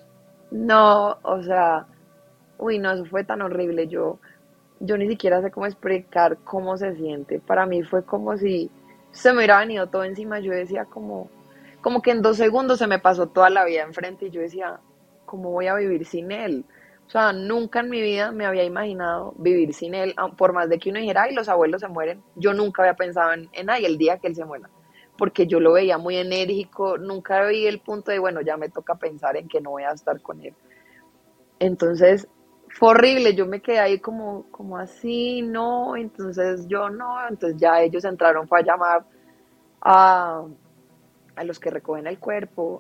no, o sea, uy, no, eso fue tan horrible, yo ni siquiera sé cómo explicar cómo se siente. Para mí fue como si se me hubiera venido todo encima. Yo decía como que en 2 segundos se me pasó toda la vida enfrente y yo decía, ¿cómo voy a vivir sin él? O sea, nunca en mi vida me había imaginado vivir sin él, por más de que uno dijera, ay, los abuelos se mueren. Yo nunca había pensado ay, el día que él se muera, porque yo lo veía muy enérgico, nunca vi el punto de, bueno, ya me toca pensar en que no voy a estar con él. Entonces, fue horrible, yo me quedé ahí como así, no, entonces yo no, entonces ya ellos entraron, fue a llamar a, a los que recogen el cuerpo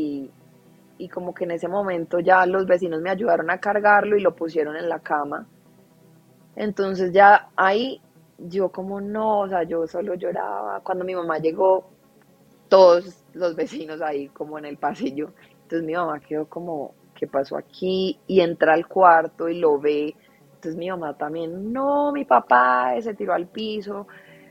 y como que en ese momento ya los vecinos me ayudaron a cargarlo y lo pusieron en la cama. Entonces ya ahí yo como no, o sea, yo solo lloraba. Cuando mi mamá llegó, todos los vecinos ahí como en el pasillo. Entonces mi mamá quedó como, ¿qué pasó aquí? Y entra al cuarto y lo ve. Entonces mi mamá también, no, mi papá se tiró al piso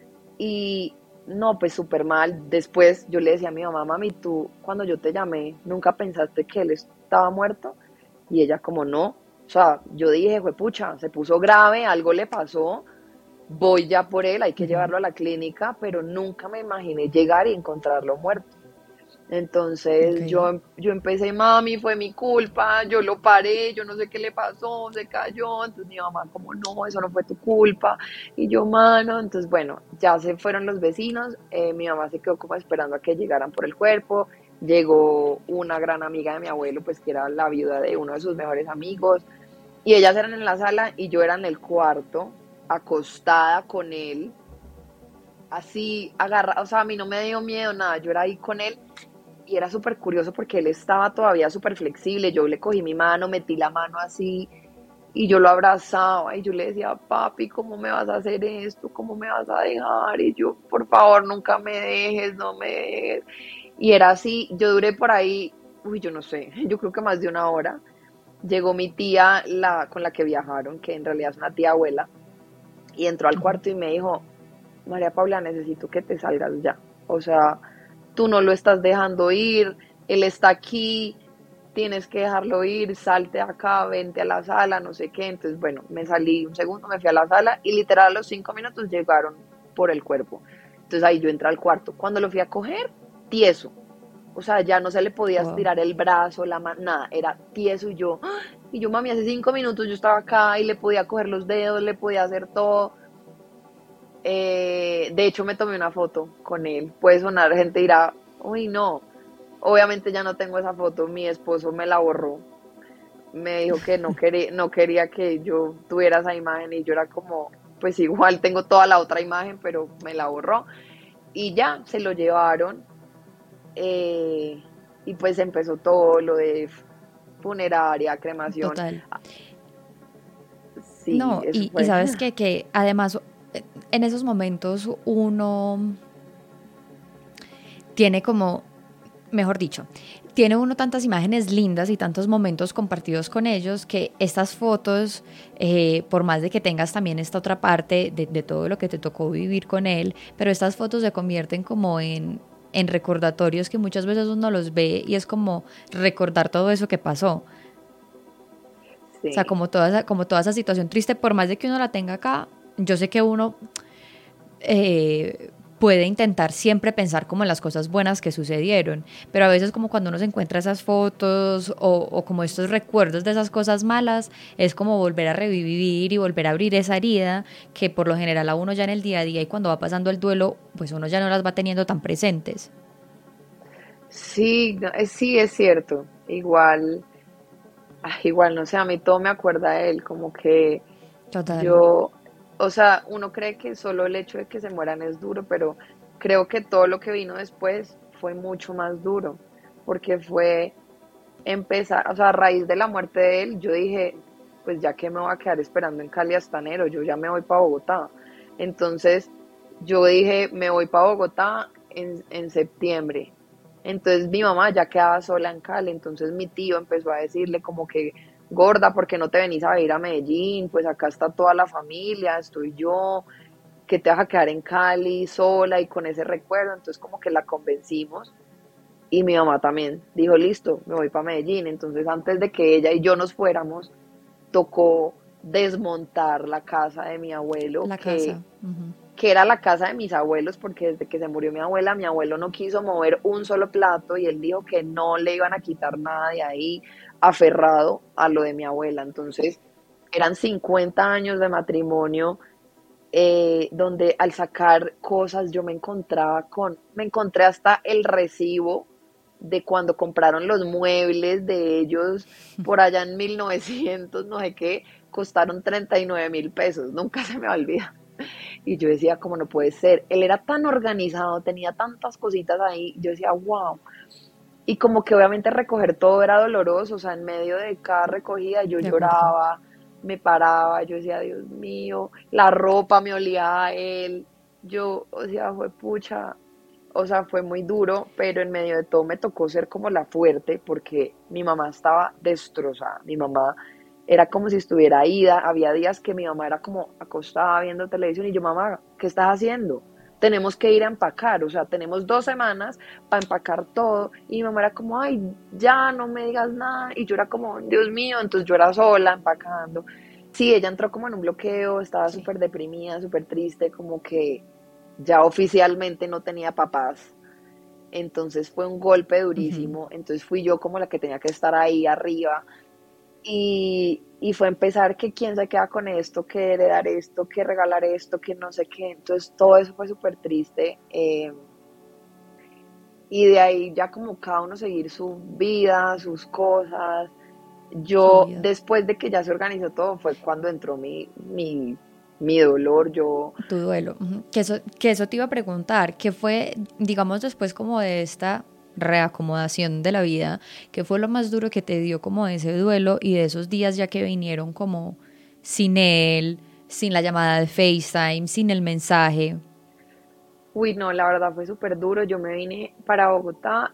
y no, pues súper mal. Después yo le decía a mi mamá, mami, tú cuando yo te llamé, ¿nunca pensaste que él estaba muerto? Y ella como no. O sea, yo dije, pucha, se puso grave, algo le pasó, voy ya por él, hay que Ujú. llevarlo a la clínica, pero nunca me imaginé llegar y encontrarlo muerto. Ok. Entonces yo empecé, mami, fue mi culpa, yo lo paré, yo no sé qué le pasó, se cayó. Entonces mi mamá como, no, eso no fue tu culpa. Y yo, mano, entonces bueno, ya se fueron los vecinos, mi mamá se quedó como esperando a que llegaran por el cuerpo. Llegó una gran amiga de mi abuelo, pues que era la viuda de uno de sus mejores amigos, y ellas eran en la sala y yo era en el cuarto, acostada con él, así agarrada, o sea, a mí no me dio miedo nada, yo era ahí con él y era súper curioso porque él estaba todavía súper flexible. Yo le cogí mi mano, metí la mano así y yo lo abrazaba y yo le decía, papi, ¿cómo me vas a hacer esto? ¿Cómo me vas a dejar? Y yo, por favor, nunca me dejes, no me dejes. Y era así, yo duré por ahí, uy, yo no sé, yo creo que más de una hora. Llegó mi tía, con la que viajaron, que en realidad es una tía abuela, y entró al Ujú. cuarto y me dijo, María Paula, necesito que te salgas ya. O sea, tú no lo estás dejando ir, él está aquí, tienes que dejarlo ir, salte acá, vente a la sala, no sé qué. Entonces, bueno, me salí un segundo, me fui a la sala y literal a los 5 minutos llegaron por el cuerpo. Entonces ahí yo entré al cuarto. Cuando lo fui a coger, tieso. O sea, ya no se le podía Wow. estirar el brazo, la mano, nada, era tieso y yo, mami, hace 5 minutos yo estaba acá y le podía coger los dedos, le podía hacer todo. De hecho, me tomé una foto con él. Puede sonar, gente dirá, uy, no. Obviamente ya no tengo esa foto, mi esposo me la borró. Me dijo que no quería que yo tuviera esa imagen y yo era como, pues igual tengo toda la otra imagen, pero me la borró. Y ya, se lo llevaron. eh, y pues empezó todo lo de funeraria, cremación. total. Sí, No, eso y fue. sabes que además en esos momentos uno tiene como, mejor dicho, tiene uno tantas imágenes lindas y tantos momentos compartidos con ellos que estas fotos, por más de que tengas también esta otra parte de todo lo que te tocó vivir con él, pero estas fotos se convierten como en recordatorios que muchas veces uno los ve y es como recordar todo eso que pasó. O sea, Sí. como toda esa situación triste, por más de que uno la tenga acá, yo sé que uno puede intentar siempre pensar como en las cosas buenas que sucedieron, pero a veces como cuando uno se encuentra esas fotos o como estos recuerdos de esas cosas malas, es como volver a revivir y volver a abrir esa herida que por lo general a uno ya en el día a día y cuando va pasando el duelo, pues uno ya no las va teniendo tan presentes. Sí, sí, es cierto. Igual, igual, no sé, a mí todo me acuerda de él, como que Total. yo, o sea, uno cree que solo el hecho de que se mueran es duro, pero creo que todo lo que vino después fue mucho más duro, porque fue empezar, o sea, a raíz de la muerte de él, yo dije, pues ya que me voy a quedar esperando en Cali hasta enero, yo ya me voy para Bogotá. Entonces, yo dije, me voy para Bogotá en septiembre. Entonces mi mamá ya quedaba sola en Cali, entonces mi tío empezó a decirle como que, gorda, ¿por qué no te venís a vivir a Medellín? Pues acá está toda la familia, estoy yo, que te vas a quedar en Cali sola y con ese recuerdo. Entonces como que la convencimos y mi mamá también dijo, listo, me voy para Medellín. Entonces antes de que ella y yo nos fuéramos, tocó desmontar la casa de mi abuelo, La casa. Ujú. que era la casa de mis abuelos, porque desde que se murió mi abuela, mi abuelo no quiso mover un solo plato y él dijo que no le iban a quitar nada de ahí, aferrado a lo de mi abuela. Entonces, eran 50 años de matrimonio, donde al sacar cosas yo me encontré hasta el recibo de cuando compraron los muebles de ellos por allá en 1900, no sé qué, costaron 39.000 pesos, nunca se me va a olvidar. Y yo decía, como no puede ser, él era tan organizado, tenía tantas cositas ahí, yo decía, wow. Y como que obviamente recoger todo era doloroso, o sea, en medio de cada recogida yo De acuerdo. lloraba, me paraba, yo decía, Dios mío, la ropa me olía a él, yo, o sea, fue pucha, o sea, fue muy duro, pero en medio de todo me tocó ser como la fuerte porque mi mamá estaba destrozada. Mi mamá era como si estuviera ida. Había días que mi mamá era como acostada viendo televisión y yo, mamá, ¿qué estás haciendo? Tenemos que ir a empacar, o sea, tenemos 2 semanas para empacar todo. Y mi mamá era como, ay, ya no me digas nada. Y yo era como, Dios mío, entonces yo era sola empacando. Sí, ella entró como en un bloqueo, estaba Sí. súper deprimida, súper triste, como que ya oficialmente no tenía papás, entonces fue un golpe Ujú. durísimo, entonces fui yo como la que tenía que estar ahí arriba y fue empezar que quién se queda con esto, que heredar esto, que regalar esto, que no sé qué, entonces todo eso fue súper triste, y de ahí ya como cada uno seguir su vida, sus cosas. Su Yo vida. después de que ya se organizó todo fue cuando entró mi dolor, yo. Tu duelo. Ujú. Que eso te iba a preguntar, ¿qué fue, digamos, después como de esta reacomodación de la vida, qué fue lo más duro que te dio como de ese duelo y de esos días ya que vinieron como sin él, sin la llamada de FaceTime, sin el mensaje? Uy, no, la verdad fue súper duro. Yo me vine para Bogotá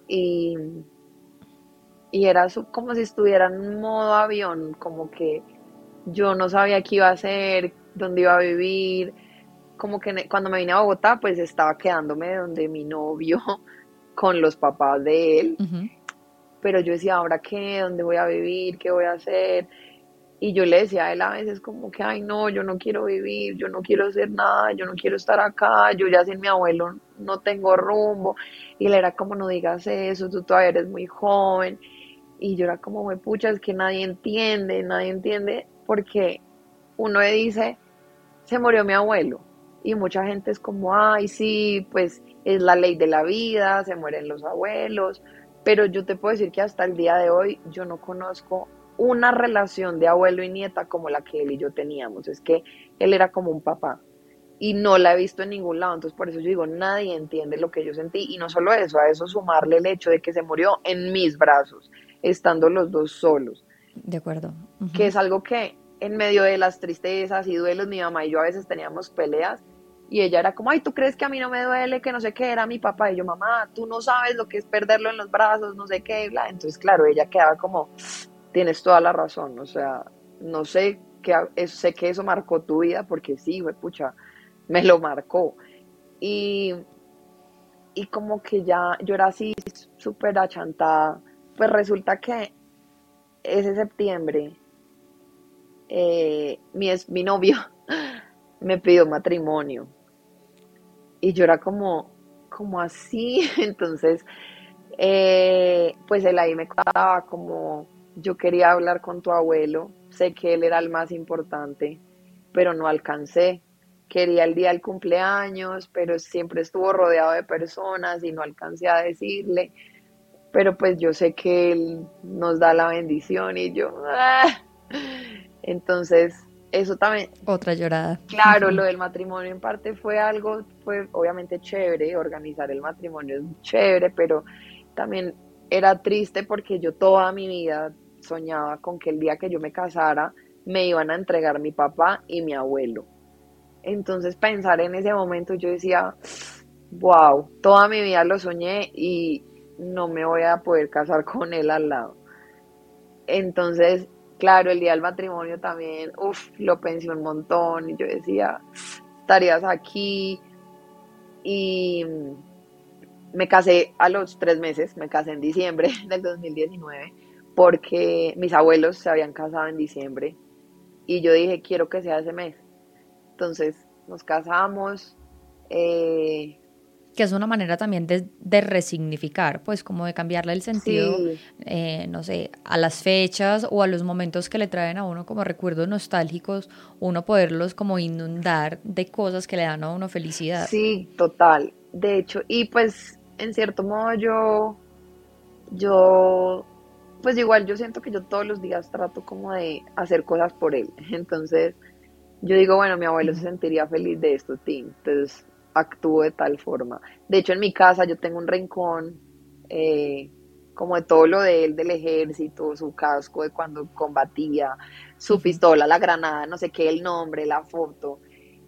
y era como si estuviera en modo avión, como que yo no sabía qué iba a hacer, dónde iba a vivir. Como que cuando me vine a Bogotá, pues estaba quedándome donde mi novio con los papás de él. Ujú. Pero yo decía, ¿ahora qué? ¿Dónde voy a vivir? ¿Qué voy a hacer? Y yo le decía a él a veces como que, ay no, yo no quiero vivir, yo no quiero hacer nada, yo no quiero estar acá, yo ya sin mi abuelo no tengo rumbo. Y él era como, no digas eso, tú todavía eres muy joven. Y yo era como, me pucha, es que nadie entiende, porque uno dice, se murió mi abuelo. Y mucha gente es como, ay, sí, pues es la ley de la vida, se mueren los abuelos. Pero yo te puedo decir que hasta el día de hoy yo no conozco una relación de abuelo y nieta como la que él y yo teníamos. Es que él era como un papá y no la he visto en ningún lado. Entonces, por eso yo digo, nadie entiende lo que yo sentí. Y no solo eso, a eso sumarle el hecho de que se murió en mis brazos. estando los dos solos, De acuerdo. que Ujú. es algo que en medio de las tristezas y duelos, mi mamá y yo a veces teníamos peleas y ella era como, ay, ¿tú crees que a mí no me duele? Que no sé qué, era mi papá. Y yo, mamá, tú no sabes lo que es perderlo en los brazos, no sé qué, bla. Entonces, claro, ella quedaba como, tienes toda la razón, o sea, no sé, sé que eso marcó tu vida porque sí, güey, pucha, me lo marcó. Y, y como que ya yo era así súper achantada, pues resulta que ese septiembre mi novio me pidió matrimonio y yo era como así, entonces pues él ahí me contaba como yo quería hablar con tu abuelo, sé que él era el más importante, pero no alcancé. Quería el día del cumpleaños, pero siempre estuvo rodeado de personas y no alcancé a decirle. Pero pues yo sé que él nos da la bendición y yo, entonces eso también, Otra llorada. claro, lo del matrimonio en parte fue algo, fue obviamente chévere, organizar el matrimonio es chévere, pero también era triste porque yo toda mi vida soñaba con que el día que yo me casara me iban a entregar mi papá y mi abuelo. Entonces pensar en ese momento yo decía, wow, toda mi vida lo soñé y no me voy a poder casar con él al lado. Entonces, claro, el día del matrimonio también, uff, lo pensé un montón y yo decía, estarías aquí y me casé a los 3 meses, me casé en diciembre del 2019 porque mis abuelos se habían casado en diciembre y yo dije, quiero que sea ese mes. Entonces nos casamos, eh, Que es una manera también de resignificar, pues como de cambiarle el sentido, sí, no sé, a las fechas o a los momentos que le traen a uno como recuerdos nostálgicos, uno poderlos como inundar de cosas que le dan a uno felicidad. sí, total. De hecho, y pues en cierto modo yo, pues igual yo siento que yo todos los días trato como de hacer cosas por él. Entonces, yo digo, bueno, mi abuelo se Ujú. sentiría feliz de esto, Tim. Entonces, actúo de tal forma. De hecho, en mi casa yo tengo un rincón eh, como de todo lo de él, del ejército, su casco de cuando combatía, su Ujú. pistola, la granada, no sé qué, el nombre, la foto.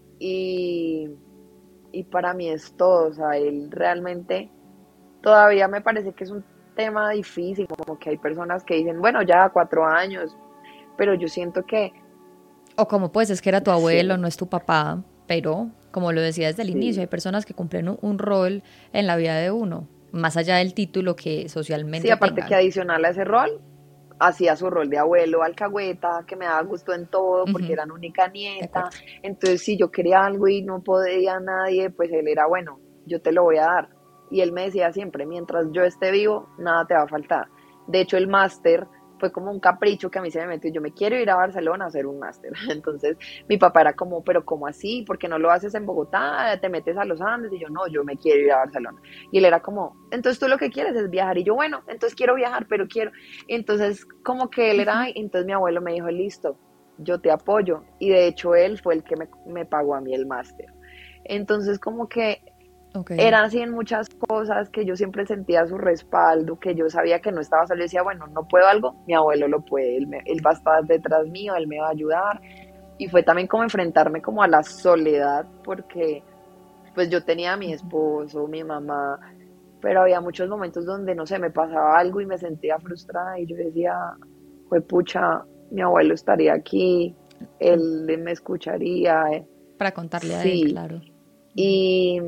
Y, y para mí es todo, o sea, él realmente todavía me parece que es un tema difícil, como que hay personas que dicen, bueno, ya 4 años, pero yo siento que O como pues es que era tu abuelo, sí, no es tu papá, pero como lo decía desde el inicio, hay sí, personas que cumplen un rol en la vida de uno, más allá del título que sí, socialmente aparte que tengan. adicional a ese rol, hacía su rol de abuelo alcahueta, que me daba gusto en todo porque Ujú. era la única De nieta, acuerdo. entonces si yo quería algo y no podía nadie, pues él era bueno, yo te lo voy a dar. Y él me decía siempre, mientras yo esté vivo, nada te va a faltar. De hecho, el máster fue como un capricho que a mí se me metió, yo me quiero ir a Barcelona a hacer un máster. Entonces mi papá era como, pero ¿cómo así? ¿Por qué no lo haces en Bogotá? ¿Te metes a los Andes? Y yo, no, yo me quiero ir a Barcelona. Y él era como, entonces tú lo que quieres es viajar. Y yo, bueno, entonces quiero viajar, pero quiero. Entonces, como que él era, Ujú. ay, entonces mi abuelo me dijo, listo, yo te apoyo. Y de hecho él fue el que me pagó a mí el máster. Entonces, como que Ok. eran así en muchas cosas que yo siempre sentía su respaldo, que yo sabía que no estaba solo. Yo decía, bueno, no puedo algo, mi abuelo lo puede, él va a estar detrás mío, él me va a ayudar. Y fue también como enfrentarme como a la soledad, porque pues yo tenía a mi esposo, mi mamá, pero había muchos momentos donde, no sé, me pasaba algo y me sentía frustrada y yo decía, fue pucha, mi abuelo estaría aquí, él me escucharía, Para contarle a él, sí, claro. Ujú. y,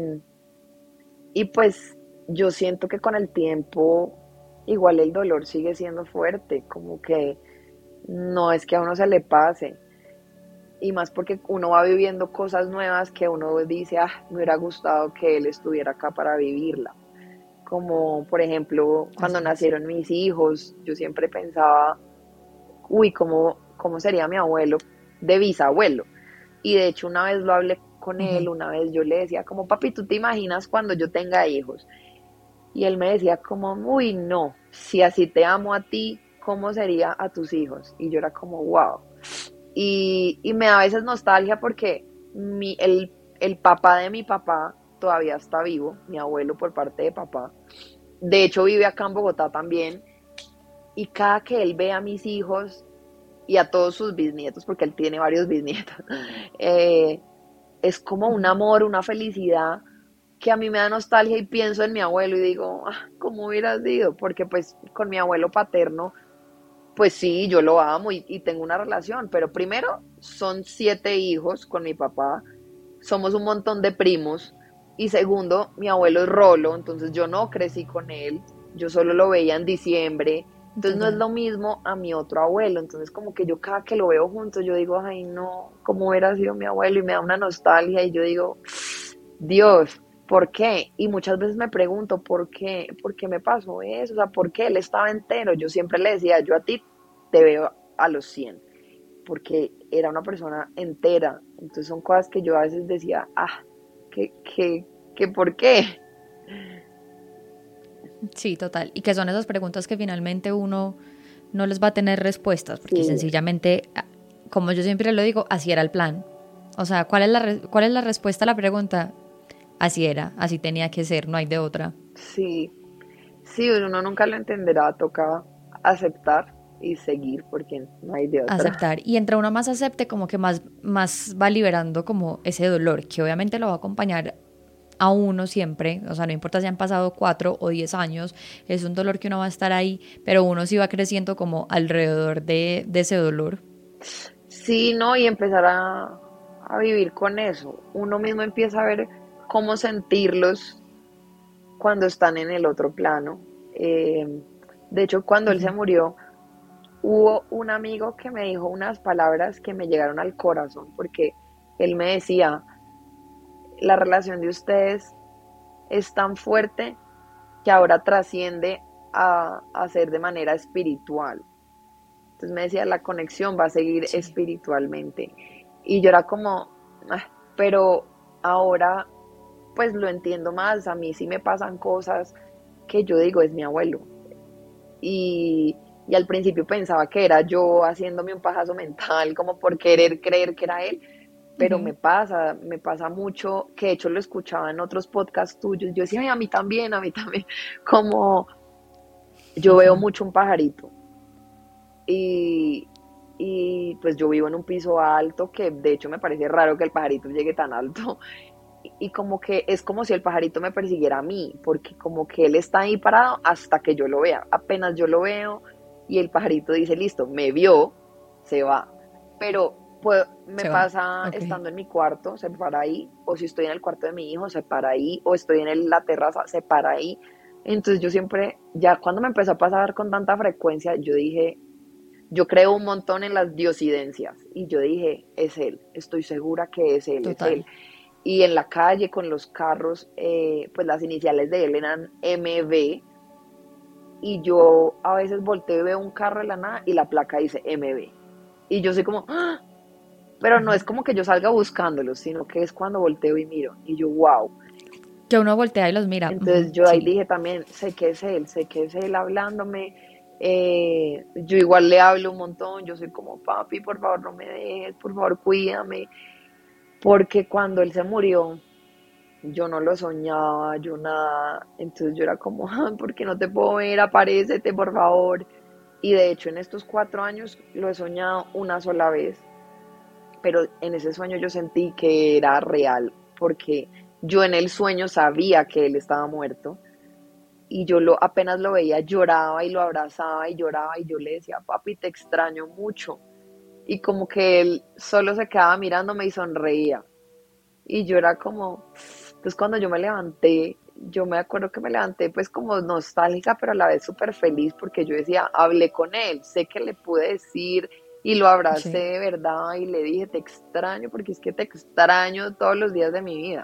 y pues yo siento que con el tiempo igual el dolor sigue siendo fuerte, como que no es que a uno se le pase, y más porque uno va viviendo cosas nuevas que uno dice, ah, me hubiera gustado que él estuviera acá para vivirla. Como por ejemplo, cuando Así es. nacieron mis hijos, yo siempre pensaba, uy, ¿cómo sería mi abuelo de bisabuelo? Y de hecho una vez lo hablé con él, Ujú. una vez yo le decía como, papi, ¿tú te imaginas cuando yo tenga hijos? Y él me decía como, uy, no, si así te amo a ti, ¿cómo sería a tus hijos? Y yo era como, wow. Y me da a veces nostalgia porque el papá de mi papá todavía está vivo, mi abuelo por parte de papá. De hecho, vive acá en Bogotá también. y cada que él ve a mis hijos y a todos sus bisnietos, porque él tiene varios bisnietos, eh, es como un Ujú. amor, una felicidad que a mí me da nostalgia y pienso en mi abuelo y digo, ah, ¿cómo hubiera sido? Porque pues con mi abuelo paterno, pues sí, yo lo amo y tengo una relación, pero primero son 7 hijos con mi papá, somos un montón de primos, y segundo, mi abuelo es Rolo, entonces yo no crecí con él, yo solo lo veía en diciembre, entonces no es Total. lo mismo a mi otro abuelo, entonces como que yo cada que lo veo juntos, yo digo, ay no, ¿cómo hubiera sido mi abuelo? Y me da una nostalgia y yo digo, Dios, ¿por qué? Y muchas veces me pregunto, por qué me pasó eso? O sea, ¿por qué él estaba entero? Yo siempre le decía, yo a ti te veo a los 100 porque era una persona entera. Entonces son cosas que yo a veces decía, ah, que ¿por qué? Sí, total. Y que son esas preguntas que finalmente uno no les va a tener respuestas, porque Sí, sencillamente, como yo siempre lo digo, así era el plan. O sea, ¿cuál es la respuesta a la pregunta? Así era, así tenía que ser, no hay de otra. sí, sí, uno nunca lo entenderá, toca aceptar y seguir porque no hay de otra. Aceptar. Y entre uno más acepte, como que más va liberando como ese dolor, que obviamente lo va a acompañar a uno siempre, o sea, no importa si han pasado 4 o 10 años, es un dolor que uno va a estar ahí, pero uno sí va creciendo como alrededor de ese dolor. Sí, no, y empezar a vivir con eso. Uno mismo empieza a ver cómo sentirlos cuando están en el otro plano. De hecho, cuando él se Ujú. murió, hubo un amigo que me dijo unas palabras que me llegaron al corazón, porque él me decía, la relación de ustedes es tan fuerte que ahora trasciende a ser de manera espiritual. Entonces me decía, la conexión va a seguir Sí, espiritualmente. Y yo era como, "Ah", pero ahora pues lo entiendo más, a mí sí me pasan cosas que yo digo, es mi abuelo. Y al principio pensaba que era yo haciéndome un pajazo mental, como por querer creer que era él, pero ujú, me pasa mucho, que de hecho lo escuchaba en otros podcasts tuyos, yo decía, ay, a mí también, como yo veo ujú. mucho un pajarito y, y pues yo vivo en un piso alto, que de hecho me parece raro que el pajarito llegue tan alto, y como que es como si el pajarito me persiguiera a mí, porque como que él está ahí parado hasta que yo lo vea. Apenas yo lo veo y el pajarito dice, listo, me vio, se va. Pero pues, me Se va. pasa Ok. estando en mi cuarto, se para ahí, o si estoy en el cuarto de mi hijo, se para ahí, o estoy en la terraza, se para ahí. Entonces yo siempre, ya cuando me empezó a pasar con tanta frecuencia, yo dije, yo creo un montón en las diosidencias y yo dije, es él, estoy segura que es él, es él. Total. Y en la calle con los carros, pues las iniciales de él eran MB, y yo a veces volteo y veo un carro de la nada y la placa dice MB. Y yo soy como, ¡ah! Pero no es como que yo salga buscándolo, sino que es cuando volteo y miro. Y yo, wow. Que uno voltea y los mira. Ujú, Entonces yo ahí sí. dije también, sé que es él hablándome. Yo igual le hablo un montón, yo soy como, papi, por favor no me dejes, por favor cuídame. Porque cuando él se murió, yo no lo soñaba, yo nada. Entonces yo era como, "Ah, ¿por qué no te puedo ver? Aparécete, por favor". Y de hecho en estos 4 años lo he soñado una sola vez, pero en ese sueño yo sentí que era real, porque yo en el sueño sabía que él estaba muerto y yo apenas lo veía lloraba y lo abrazaba y lloraba y yo le decía, papi, te extraño mucho. Y como que él solo se quedaba mirándome y sonreía. Y yo era como, entonces cuando yo me levanté, yo me acuerdo que me levanté pues como nostálgica, pero a la vez súper feliz porque yo decía, hablé con él, sé que le pude decir y lo abracé Sí. de verdad y le dije, te extraño porque es que te extraño todos los días de mi vida.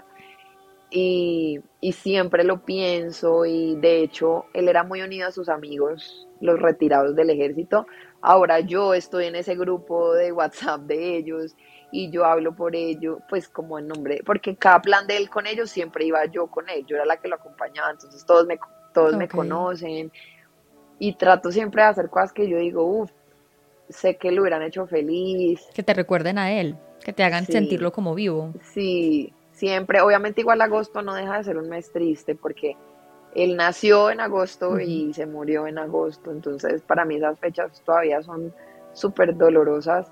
Y siempre lo pienso y de hecho él era muy unido a sus amigos, los retirados del ejército. Ahora yo estoy en ese grupo de WhatsApp de ellos y yo hablo por ello, pues como en nombre, porque en cada plan de él con ellos siempre iba yo con él, yo era la que lo acompañaba, entonces todos me Ok. conocen y trato siempre de hacer cosas que yo digo, uff, sé que lo hubieran hecho feliz, Que te recuerden a él, que te hagan sí, sentirlo como vivo. sí, siempre, obviamente igual agosto no deja de ser un mes triste porque Él nació en agosto Ujú. y se murió en agosto, entonces para mí esas fechas todavía son súper dolorosas,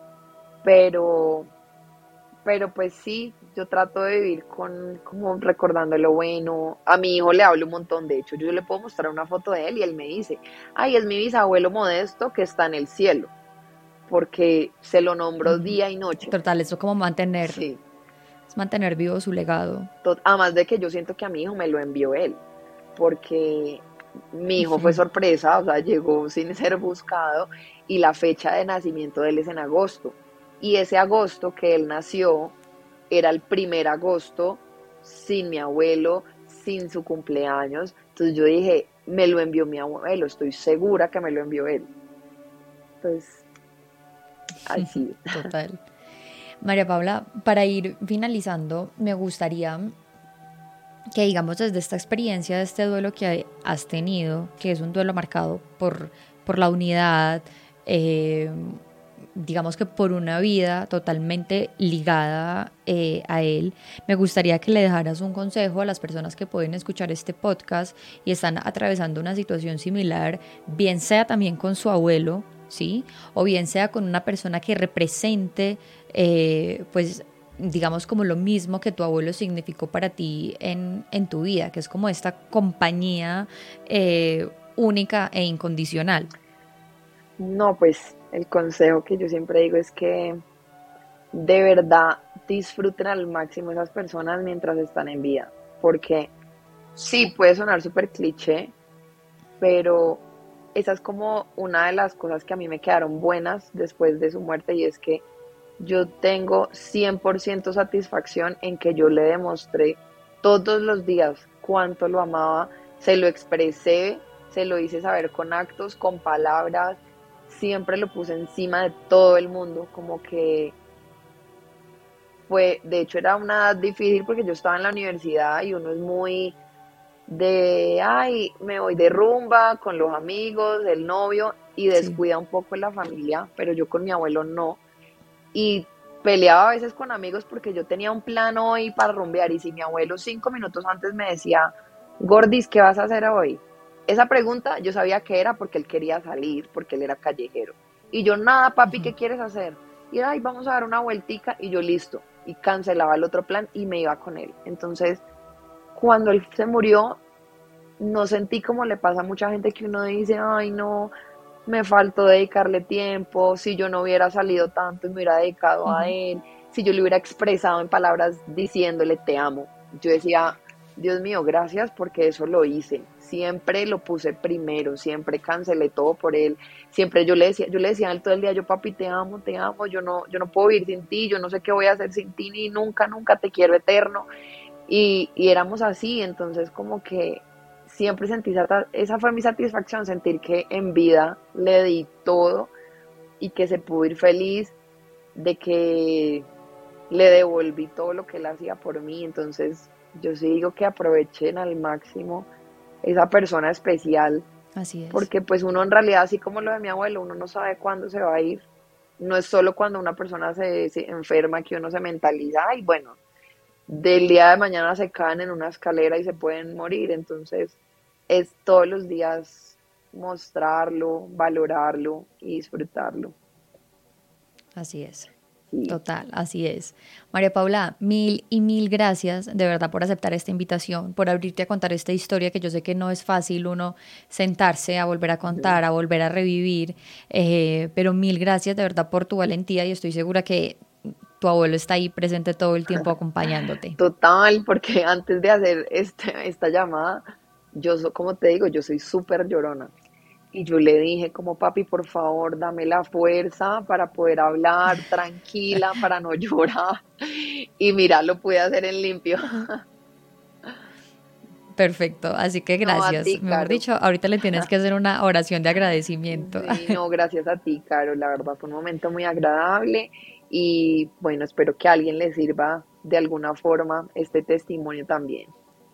pero, pero pues sí, yo trato de vivir con, como recordando lo bueno. A mi hijo le hablo un montón, de hecho, yo le puedo mostrar una foto de él y él me dice, ay, es mi bisabuelo Modesto que está en el cielo, porque se lo nombro Ujú. día y noche. Total, eso como Sí, es mantener vivo su legado. además de que yo siento que a mi hijo me lo envió él, porque mi hijo fue sorpresa, o sea, llegó sin ser buscado y la fecha de nacimiento de él es en agosto. Y ese agosto que él nació era el primer agosto sin mi abuelo, sin su cumpleaños. Entonces yo dije, me lo envió mi abuelo, estoy segura que me lo envió él. Pues así. Total. María Paula, para ir finalizando, me gustaría que digamos desde esta experiencia, de este duelo que has tenido, que es un duelo marcado por la unidad, eh, digamos que por una vida totalmente ligada a él, me gustaría que le dejaras un consejo a las personas que pueden escuchar este podcast y están atravesando una situación similar, bien sea también con su abuelo, ¿sí? O bien sea con una persona que represente, pues digamos como lo mismo que tu abuelo significó para ti en tu vida, que es como esta compañía única e incondicional. No, pues el consejo que yo siempre digo es que de verdad disfruten al máximo esas personas mientras están en vida, porque sí puede sonar súper cliché, pero esa es como una de las cosas que a mí me quedaron buenas después de su muerte y es que yo tengo 100% satisfacción en que yo le demostré todos los días cuánto lo amaba, se lo expresé, se lo hice saber con actos, con palabras, siempre lo puse encima de todo el mundo, como que fue, de hecho era una edad difícil porque yo estaba en la universidad y uno es muy de, ay, me voy de rumba con los amigos, el novio y Sí. descuida un poco la familia, pero yo con mi abuelo no. Y peleaba a veces con amigos porque yo tenía un plan hoy para rumbear y si mi abuelo 5 minutos antes me decía, Gordis, ¿qué vas a hacer hoy? Esa pregunta yo sabía que era porque él quería salir, porque él era callejero. Y yo, nada, papi, ¿qué quieres hacer? Y era, ay, vamos a dar una vueltica y yo listo. Y cancelaba el otro plan y me iba con él. Entonces, cuando él se murió, no sentí como le pasa a mucha gente que uno dice, ay, no, me faltó dedicarle tiempo, si yo no hubiera salido tanto y me hubiera dedicado a Ujú. él, si yo le hubiera expresado en palabras diciéndole te amo. Yo decía, Dios mío, gracias porque eso lo hice. Siempre lo puse primero, siempre cancelé todo por él. Siempre yo le decía a él todo el día, yo papi te amo, yo no puedo vivir sin ti, yo no sé qué voy a hacer sin ti, ni nunca, nunca te quiero eterno. Y éramos así, entonces como que siempre sentí, esa fue mi satisfacción, sentir que en vida le di todo y que se pudo ir feliz, de que le devolví todo lo que él hacía por mí, entonces yo sí digo que aprovechen al máximo esa persona especial, Así es. porque pues uno en realidad, así como lo de mi abuelo, uno no sabe cuándo se va a ir, no es solo cuando una persona se enferma que uno se mentaliza, y bueno, del día de mañana se caen en una escalera y se pueden morir. Entonces, es todos los días mostrarlo, valorarlo y disfrutarlo. Así es. Sí. Total, así es. María Paula, mil y mil gracias de verdad por aceptar esta invitación, por abrirte a contar esta historia que yo sé que no es fácil uno sentarse a volver a contar, a volver a revivir, pero mil gracias de verdad por tu valentía y estoy segura que tu abuelo está ahí presente todo el tiempo acompañándote. Total, porque antes de hacer esta llamada, como te digo, yo soy súper llorona. Y yo le dije como papi, por favor, dame la fuerza para poder hablar tranquila, para no llorar. Y mira, lo pude hacer en limpio. Perfecto, así que No, a gracias. ti, Mejor Caro. dicho, ahorita le tienes que hacer una oración de agradecimiento. Sí, no, gracias a ti, Caro. La verdad fue un momento muy agradable y bueno, espero que a alguien le sirva de alguna forma este testimonio también.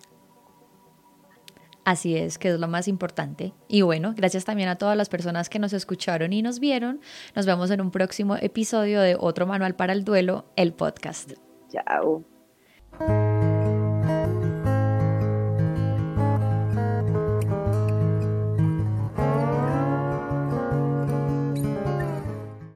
Así es, que es lo más importante. Y bueno, gracias también a todas las personas que nos escucharon y nos vieron. Nos vemos en un próximo episodio de Otro Manual para el Duelo, el podcast. Chao.